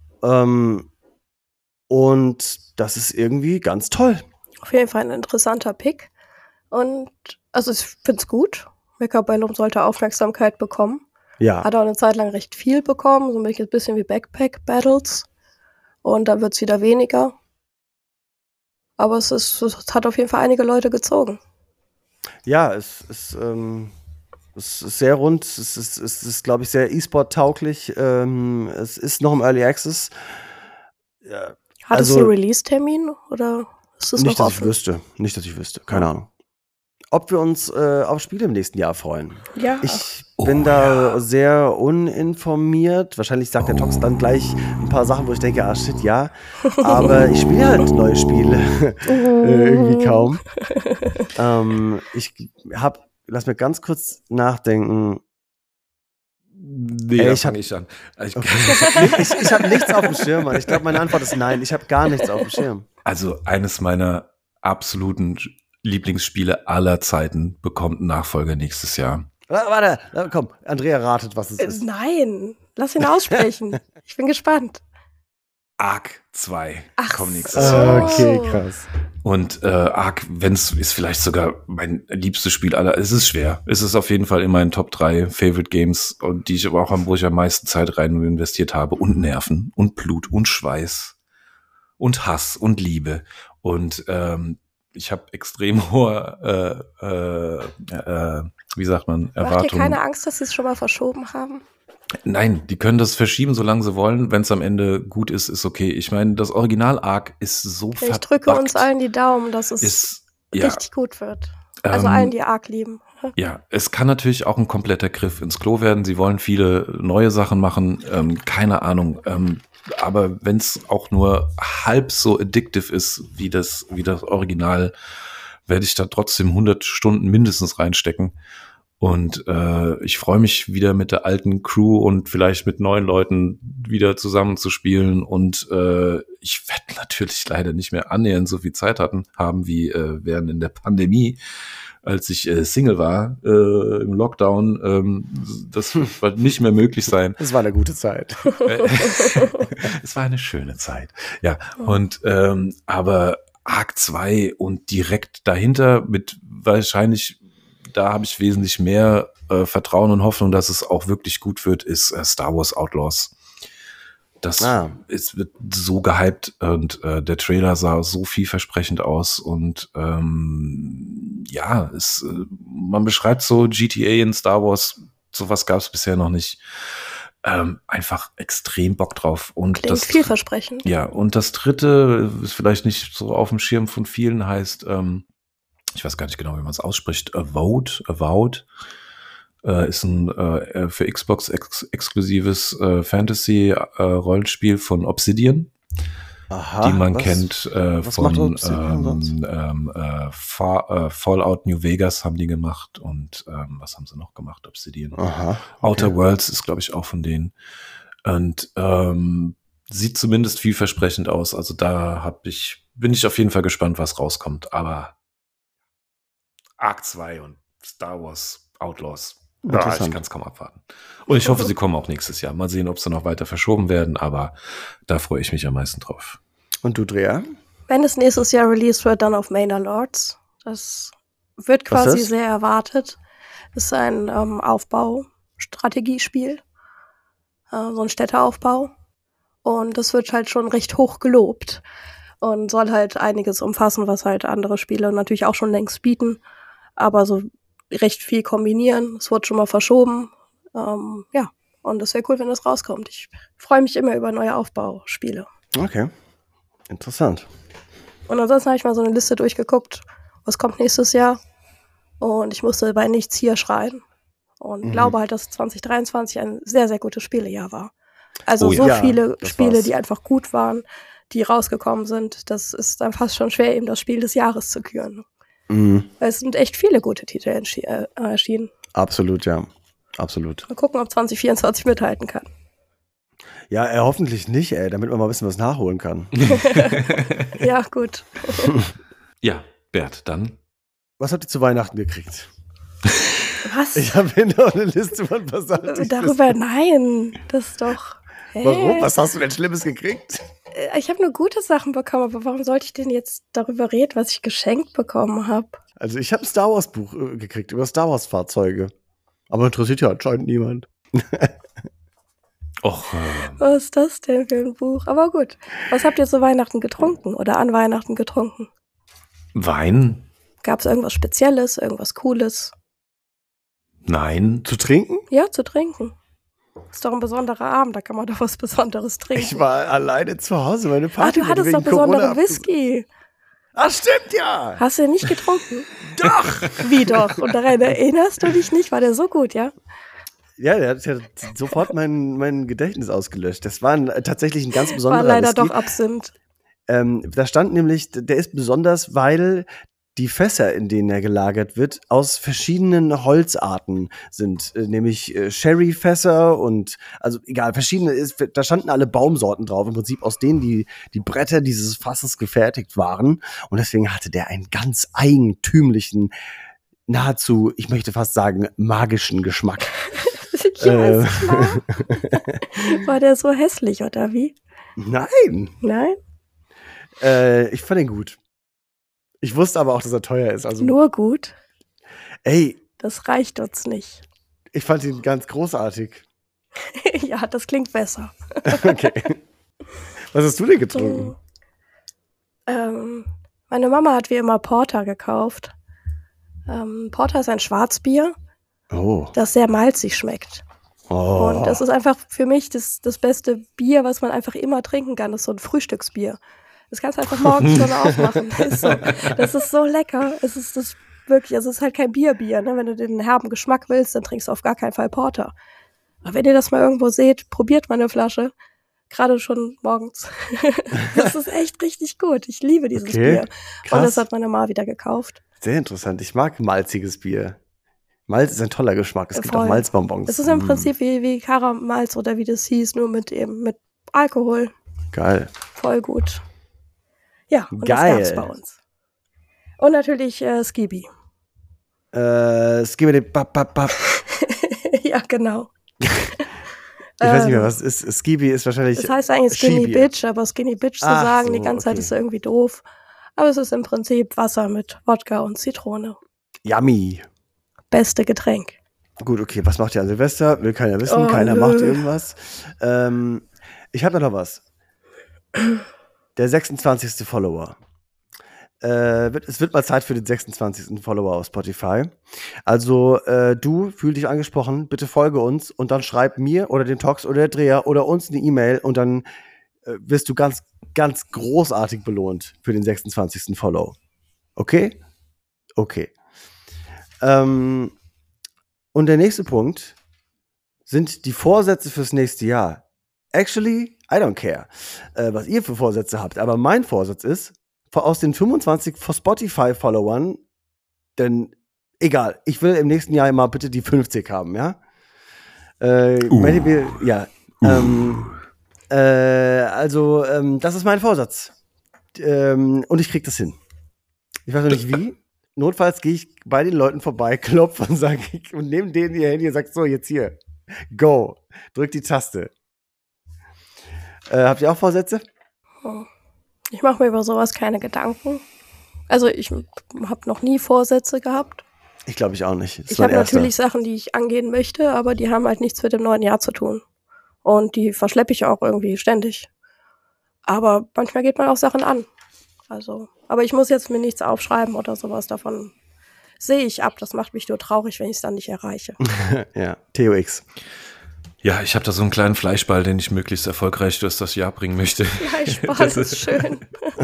Und das ist irgendwie ganz toll. Auf jeden Fall ein interessanter Pick. Und also ich finde es gut. Mecha Bellum sollte Aufmerksamkeit bekommen. Ja. Hat auch eine Zeit lang recht viel bekommen, so ein bisschen wie Backpack Battles. Und dann wird es wieder weniger. Aber es hat auf jeden Fall einige Leute gezogen. Ja, es ist sehr rund. Es ist, glaube ich, sehr E-Sport-tauglich. Es ist noch im Early Access. Ja, Hat es einen Release-Termin oder ist es noch offen? Nicht, dass ich wüsste. Keine Ahnung. Ob wir uns auf Spiele im nächsten Jahr freuen. Ja. Ich bin da sehr uninformiert. Wahrscheinlich sagt der Tox dann gleich ein paar Sachen, wo ich denke, shit, ja. Aber ich spiele halt neue Spiele. Irgendwie kaum. Lass mir ganz kurz nachdenken. Nee, fange ich an. Ich habe nichts auf dem Schirm, Mann. Ich glaube, meine Antwort ist nein. Ich habe gar nichts auf dem Schirm. Also eines meiner absoluten Lieblingsspiele aller Zeiten bekommt einen Nachfolger nächstes Jahr. Warte, komm, Andrea ratet, was es ist. Nein, lass ihn aussprechen. Ich bin gespannt. Ark 2 kommt nächstes so. Jahr. Okay, krass. Und Ark, ist vielleicht sogar mein liebstes Spiel aller. Es ist schwer. Es ist auf jeden Fall in meinen Top 3 Favorite Games, und die ich aber auch wo ich am meisten Zeit rein investiert habe, und Nerven und Blut und Schweiß und Hass und Liebe. Und ich habe extrem hohe, wie sagt man, Erwartungen. Macht ihr keine Angst, dass sie es schon mal verschoben haben? Nein, die können das verschieben, solange sie wollen. Wenn es am Ende gut ist, ist okay. Ich meine, das Original Ark ist so verbuggt. Ich drücke uns allen die Daumen, dass es richtig gut wird. Also allen, die Ark lieben. Ja, es kann natürlich auch ein kompletter Griff ins Klo werden. Sie wollen viele neue Sachen machen, keine Ahnung. Aber wenn es auch nur halb so addictive ist wie das Original, werde ich da trotzdem 100 Stunden mindestens reinstecken. Und ich freue mich wieder mit der alten Crew und vielleicht mit neuen Leuten wieder zusammen zu spielen. Und ich werde natürlich leider nicht mehr annähernd so viel Zeit haben wie während in der Pandemie, als ich Single war im Lockdown. Das wird nicht mehr möglich sein. Es war eine gute Zeit. Es war eine schöne Zeit. Ja, und aber Ark 2 und direkt dahinter mit wahrscheinlich, da habe ich wesentlich mehr Vertrauen und Hoffnung, dass es auch wirklich gut wird, ist Star Wars Outlaws. Das wird so gehypt, und der Trailer sah so vielversprechend aus, und man beschreibt so GTA in Star Wars, sowas gab es bisher noch nicht. Einfach extrem Bock drauf. Und klingt vielversprechend. Ja, und das dritte ist vielleicht nicht so auf dem Schirm von vielen, heißt ich weiß gar nicht genau, wie man es ausspricht. Avowed ist ein für Xbox exklusives Fantasy-Rollenspiel von Obsidian, die man kennt von Fallout New Vegas haben die gemacht, und was haben sie noch gemacht, Obsidian? Aha, okay. Outer Worlds ist, glaube ich, auch von denen. Und sieht zumindest vielversprechend aus. Also bin ich auf jeden Fall gespannt, was rauskommt. Aber Ark 2 und Star Wars Outlaws, ich kann es kaum abwarten. Und ich hoffe, sie kommen auch nächstes Jahr. Mal sehen, ob sie noch weiter verschoben werden, aber da freue ich mich am meisten drauf. Und du, Drea? Wenn es nächstes Jahr released wird, dann auf Manor Lords. Das wird quasi sehr erwartet. Das ist ein Aufbau-Strategiespiel. So ein Städteaufbau. Und das wird halt schon recht hoch gelobt. Und soll halt einiges umfassen, was halt andere Spiele natürlich auch schon längst bieten. Aber so recht viel kombinieren. Es wurde schon mal verschoben. Und das wäre cool, wenn das rauskommt. Ich freue mich immer über neue Aufbauspiele. Okay, interessant. Und ansonsten habe ich mal so eine Liste durchgeguckt, was kommt nächstes Jahr. Und ich musste bei nichts hier schreien. Und glaube halt, dass 2023 ein sehr, sehr gutes Spielejahr war. Also viele Spiele, die einfach gut waren, die rausgekommen sind. Das ist dann fast schon schwer, eben das Spiel des Jahres zu küren. Mhm. Weil es sind echt viele gute Titel erschienen. Absolut, ja. Absolut. Mal gucken, ob 2024 mithalten kann. Ja, hoffentlich nicht, damit man mal ein bisschen was nachholen kann. Ja, gut. Ja, Bert, dann. Was habt ihr zu Weihnachten gekriegt? Was? Ich habe hier noch eine Liste von Passanten. Darüber, nein. Das ist doch... Hey. Warum? Was hast du denn Schlimmes gekriegt? Ich habe nur gute Sachen bekommen, aber warum sollte ich denn jetzt darüber reden, was ich geschenkt bekommen habe? Also ich habe ein Star Wars Buch gekriegt über Star Wars Fahrzeuge. Aber interessiert ja anscheinend niemand. Och, Was ist das denn für ein Buch? Aber gut. Was habt ihr zu Weihnachten getrunken oder an Weihnachten getrunken? Wein? Gab es irgendwas Spezielles, irgendwas Cooles? Nein. Zu trinken? Ja, zu trinken. Ist doch ein besonderer Abend, da kann man doch was Besonderes trinken. Ich war alleine zu Hause, meine Party. Du hattest doch besonderen Whisky. Ach, stimmt ja. Hast du den nicht getrunken? Doch. Wie doch? Und daran erinnerst du dich nicht? War der so gut, ja? Ja, der hat ja sofort mein Gedächtnis ausgelöscht. Das war tatsächlich ein ganz besonderer War leider Whisky. doch Absinth. Da stand nämlich, der ist besonders, weil die Fässer, in denen er gelagert wird, aus verschiedenen Holzarten sind. Nämlich Sherry-Fässer und, also egal, verschiedene, da standen alle Baumsorten drauf, im Prinzip aus denen die Bretter dieses Fasses gefertigt waren. Und deswegen hatte der einen ganz eigentümlichen, nahezu, ich möchte fast sagen, magischen Geschmack. Ja, ist klar. War der so hässlich, oder wie? Nein! Nein? Ich fand ihn gut. Ich wusste aber auch, dass er teuer ist. Also, Nur gut? ey, Das reicht uns nicht. ich fand ihn ganz großartig. Ja, das klingt besser. Okay. Was hast du denn getrunken? Meine Mama hat wie immer Porter gekauft. Porter ist ein Schwarzbier, Oh. das sehr malzig schmeckt. Oh. Und das ist einfach für mich das beste Bier, was man einfach immer trinken kann. Das ist so ein Frühstücksbier. Das kannst du einfach morgens schon aufmachen. Das ist so lecker. Es ist das wirklich, also es ist halt kein Bier, ne? Wenn du den herben Geschmack willst, dann trinkst du auf gar keinen Fall Porter. Aber wenn ihr das mal irgendwo seht, probiert mal eine Flasche. Gerade schon morgens. Das ist echt richtig gut. Ich liebe dieses Bier. Krass. Und das hat meine Mama wieder gekauft. Sehr interessant. Ich mag malziges Bier. Malz ist ein toller Geschmack. Es gibt auch Voll. Malzbonbons. Es ist im Prinzip wie Karamals oder wie das hieß, nur mit Alkohol. Geil. Voll gut. Ja, und Geil. das gab's bei uns. Und natürlich Skibi. Skibidi bap bap bap. Ja, genau. Ich weiß nicht mehr, was ist. Skibi ist wahrscheinlich. Das heißt eigentlich Skinny Skibier. Bitch, aber Skinny Bitch zu Ach sagen so, die ganze Zeit okay. ist irgendwie doof. Aber es ist im Prinzip Wasser mit Wodka und Zitrone. Yummy. Beste Getränk. Gut, okay, was macht ihr an Silvester? Will keiner wissen, keiner nö. macht irgendwas. Ich habe noch was. Der 26. Follower. Es wird mal Zeit für den 26. Follower auf Spotify. Also, du, fühl dich angesprochen, bitte folge uns und dann schreib mir oder dem Tox oder der Dreher oder uns eine E-Mail und dann wirst du ganz, ganz großartig belohnt für den 26. Follow. Okay? Okay. Und der nächste Punkt sind die Vorsätze fürs nächste Jahr. Actually, I don't care, was ihr für Vorsätze habt. Aber mein Vorsatz ist, aus den 25 Spotify-Followern, denn egal, ich will im nächsten Jahr immer bitte die 50 haben, ja? Ja. Das ist mein Vorsatz. Und ich krieg das hin. Ich weiß noch nicht wie. Notfalls gehe ich bei den Leuten vorbei, klopfe und nehme denen ihr Handy und sage, so, jetzt hier, go, drück die Taste. Habt ihr auch Vorsätze? Ich mache mir über sowas keine Gedanken. Also ich habe noch nie Vorsätze gehabt. Ich glaube, ich auch nicht. Das Ich ist mein habe erster. natürlich Sachen, die ich angehen möchte, aber die haben halt nichts mit dem neuen Jahr zu tun. Und die verschleppe ich auch irgendwie ständig. Aber manchmal geht man auch Sachen an. Also, aber ich muss jetzt mir nichts aufschreiben oder sowas davon. Sehe ich ab. Das macht mich nur traurig, wenn ich es dann nicht erreiche. Ja, TOX. Ja, ich habe da so einen kleinen Fleischball, den ich möglichst erfolgreich durch das Jahr bringen möchte. Fleischball ist schön.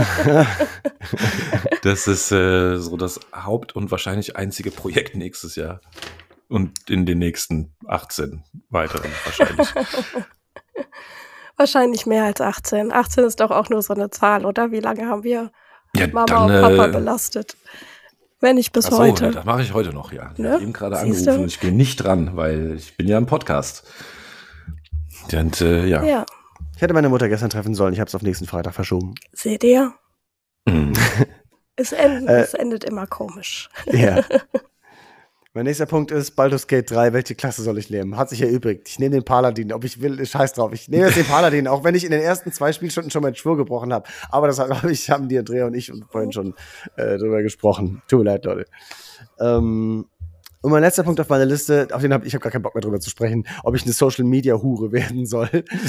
Das ist so das Haupt- und wahrscheinlich einzige Projekt nächstes Jahr. Und in den nächsten 18 weiteren wahrscheinlich. Wahrscheinlich mehr als 18. 18 ist doch auch nur so eine Zahl, oder? Wie lange haben wir Ja, Mama und Papa belastet? Wenn nicht bis Ach so, heute. Ja, das mache ich heute noch, ja. Ich Ne? habe eben gerade Siehste? angerufen. Ich gehe nicht dran, weil ich bin ja im Podcast. Und ja. Ja, Ich hätte meine Mutter gestern treffen sollen, ich habe es auf nächsten Freitag verschoben. seht ihr? Mhm. Es endet immer komisch. Ja. Mein nächster Punkt ist Baldur's Gate 3. Welche Klasse soll ich nehmen? Hat sich erübrigt. Ich nehme den Paladin, ob ich will, scheiß drauf. Ich nehme jetzt den Paladin, auch wenn ich in den ersten 2 Spielstunden schon meinen Schwur gebrochen habe. Aber das haben die Andrea und ich vorhin schon drüber gesprochen. Tut mir leid, Leute. Und mein letzter Punkt auf meiner Liste, auf den ich habe gar keinen Bock mehr drüber zu sprechen, ob ich eine Social-Media-Hure werden soll,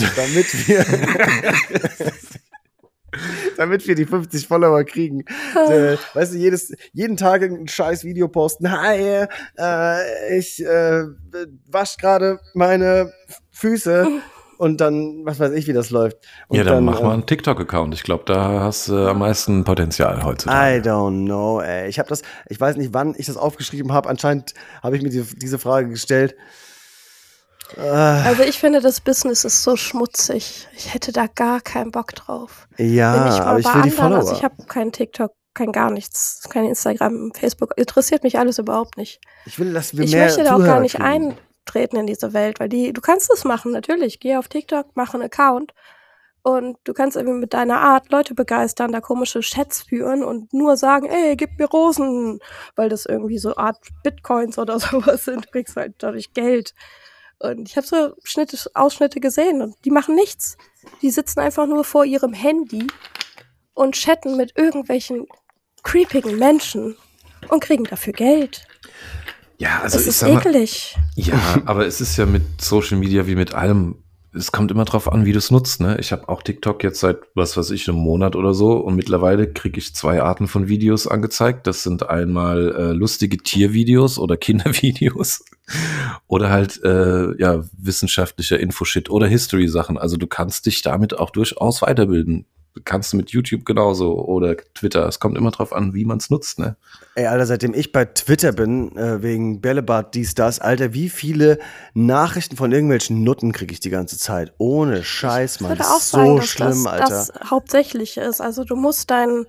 damit wir die 50 Follower kriegen. Weißt du, jeden Tag ein scheiß Video posten. Hi, ich wasch gerade meine Füße und dann, was weiß ich, wie das läuft. Und Ja, dann mach mal einen TikTok-Account. Ich glaube, da hast du am meisten Potenzial heutzutage. I don't know, ey. Ich weiß nicht, wann ich das aufgeschrieben habe. Anscheinend habe ich mir diese Frage gestellt. Also ich finde, das Business ist so schmutzig. Ich hätte da gar keinen Bock drauf. Ja, aber ich will die Follower. Also ich habe keinen TikTok, kein gar nichts, kein Instagram, Facebook. Interessiert mich alles überhaupt nicht. Ich will, dass wir Ich mehr möchte da auch Zuhörer gar nicht kriegen. eintreten in diese Welt, weil du kannst es machen, natürlich. Geh auf TikTok, mach einen Account und du kannst irgendwie mit deiner Art Leute begeistern, da komische Chats führen und nur sagen, ey, gib mir Rosen, weil das irgendwie so Art Bitcoins oder sowas sind. Du kriegst halt dadurch Geld. Und ich habe so Ausschnitte gesehen und die machen nichts. Die sitzen einfach nur vor ihrem Handy und chatten mit irgendwelchen creepigen Menschen und kriegen dafür Geld. Ja, also Das ich ist sag mal, ekelig. ja, aber es ist ja mit Social Media wie mit allem. Es kommt immer drauf an, wie du es nutzt, ne? Ich habe auch TikTok jetzt seit, was weiß ich, einem Monat oder so und mittlerweile kriege ich 2 Arten von Videos angezeigt. Das sind einmal lustige Tiervideos oder Kindervideos oder halt ja wissenschaftlicher Infoshit oder History-Sachen. Also du kannst dich damit auch durchaus weiterbilden. Kannst du mit YouTube genauso oder Twitter. Es kommt immer drauf an, wie man es nutzt, ne? Ey, Alter, seitdem ich bei Twitter bin, wegen Bällebad, das, Alter, wie viele Nachrichten von irgendwelchen Nutten kriege ich die ganze Zeit? Ohne Scheiß, Ich Mann. würde Das auch ist sagen, so dass schlimm, Alter. das hauptsächlich ist. Also du musst dein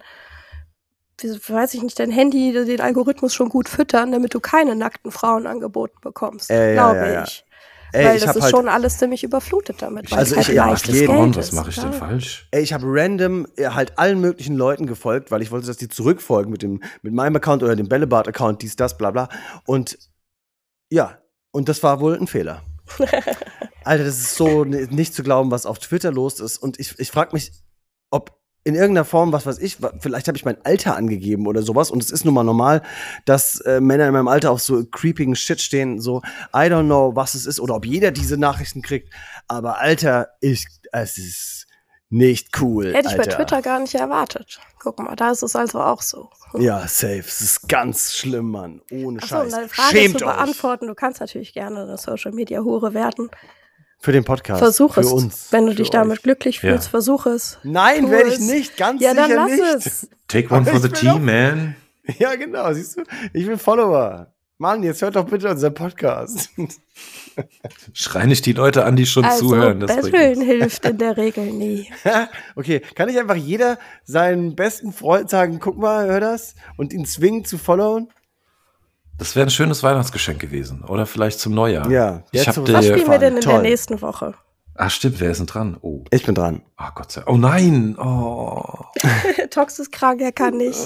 Handy, den Algorithmus schon gut füttern, damit du keine nackten Frauen angeboten bekommst, glaube ich. Ey, Weil ich das hab ist halt, schon alles ziemlich überflutet damit, weil Also es halt ich- ja, leichtes jeden Geld Und was ist. mache ich denn Ja. falsch? ey, ich habe random halt allen möglichen Leuten gefolgt, weil ich wollte, dass die zurückfolgen mit meinem Account oder dem Bällebad-Account, das, bla bla. Und ja, und das war wohl ein Fehler. Alter, das ist so nicht zu glauben, was auf Twitter los ist. Und ich frage mich, ob in irgendeiner Form, was weiß ich, vielleicht habe ich mein Alter angegeben oder sowas. Und es ist nun mal normal, dass Männer in meinem Alter auf so creepigen Shit stehen. So, I don't know, was es ist oder ob jeder diese Nachrichten kriegt. Aber Alter, es ist nicht cool, Hätte ich bei Alter. Twitter gar nicht erwartet. Guck mal, da ist es also auch so. Ja, safe. Es ist ganz schlimm, Mann. Ohne Achso, um Scheiß. deine Frage Schämt zu euch. beantworten, du kannst natürlich gerne eine Social-Media-Hure werden. Für den Podcast. Versuch für es. uns. Wenn du für dich euch. damit glücklich Ja. fühlst, versuch es. Nein, Tu werde ich es. nicht. Ganz Ja, dann sicher lass nicht. es. Take one Aber for the ich will team, man. Ja, genau. Siehst du? Ich will Follower. Mann, jetzt hört doch bitte unseren Podcast. Schrei nicht die Leute an, die schon zuhören. Das bringt Betteln nichts. hilft in der Regel nie. Okay, kann nicht einfach jeder seinen besten Freund sagen, guck mal, hör das? Und ihn zwingen zu followen? Das wäre ein schönes Weihnachtsgeschenk gewesen. Oder vielleicht zum Neujahr. Ja, Ich jetzt hab so dir- Was Gefallen. spielen wir denn in der Toll. nächsten Woche? Ach stimmt, wer ist denn dran? Oh, Ich bin dran. Gott sei Dank. Oh nein. Oh. Tox ist krank, er kann nicht.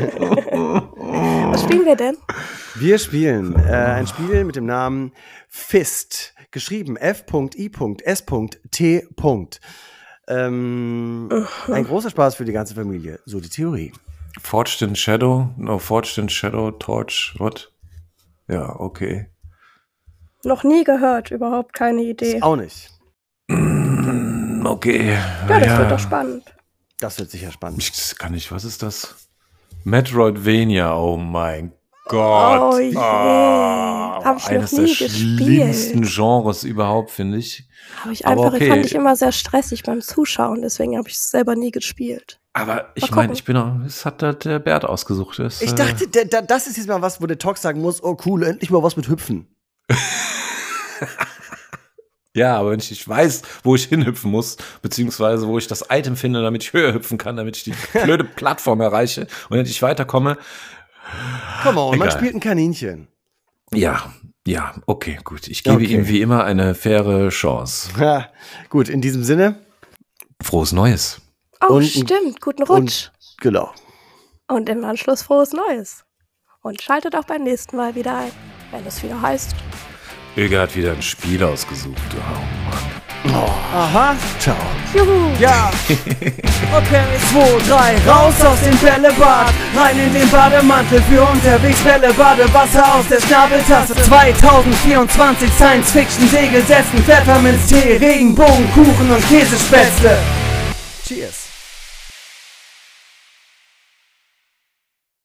Was spielen wir denn? Wir spielen ein Spiel mit dem Namen Fist. Geschrieben F.I.S.T. Ein großer Spaß für die ganze Familie. So die Theorie. Forged in Shadow. No, Forged in Shadow. Torch. What? Ja, okay. Noch nie gehört, überhaupt keine Idee. Auch nicht. Okay. Ja, das wird doch spannend. Das wird sicher spannend. Ich kann nicht. Was ist das? Metroidvania. Oh mein Gott. Oh je. Hab ich noch Eines nie der schlimmsten gespielt. Genres überhaupt, finde ich. Habe ich Aber einfach, okay. fand ich immer sehr stressig beim Zuschauen, deswegen habe ich es selber nie gespielt. Aber ich Mal meine, gucken. ich bin auch, es hat der Bert ausgesucht. Das, Ich dachte, das ist jetzt mal was, wo der Talk sagen muss, oh cool, endlich mal was mit Hüpfen. Ja, aber wenn ich nicht weiß, wo ich hinhüpfen muss, beziehungsweise wo ich das Item finde, damit ich höher hüpfen kann, damit ich die blöde Plattform erreiche und endlich weiterkomme. Come on, man Egal. spielt ein Kaninchen. Ja, okay, gut. Ich gebe ihm wie immer eine faire Chance. Ja, gut, in diesem Sinne. Frohes Neues. Oh, Und- stimmt. Guten Rutsch. Genau. Und im Anschluss frohes Neues. Und schaltet auch beim nächsten Mal wieder ein, wenn es wieder heißt. Öger hat wieder ein Spiel ausgesucht. Oh Mann. Aha. Ciao. Juhu. Ja. Okay. 2, 3, raus aus dem Bällebad, rein in den Bademantel, für unterwegs Bälle, Badewasser aus der Schnabeltasse. 2024 Science-Fiction, Segel setzen, Pfefferminztee, Regenbogen, Kuchen und Käsespätzle. Cheers.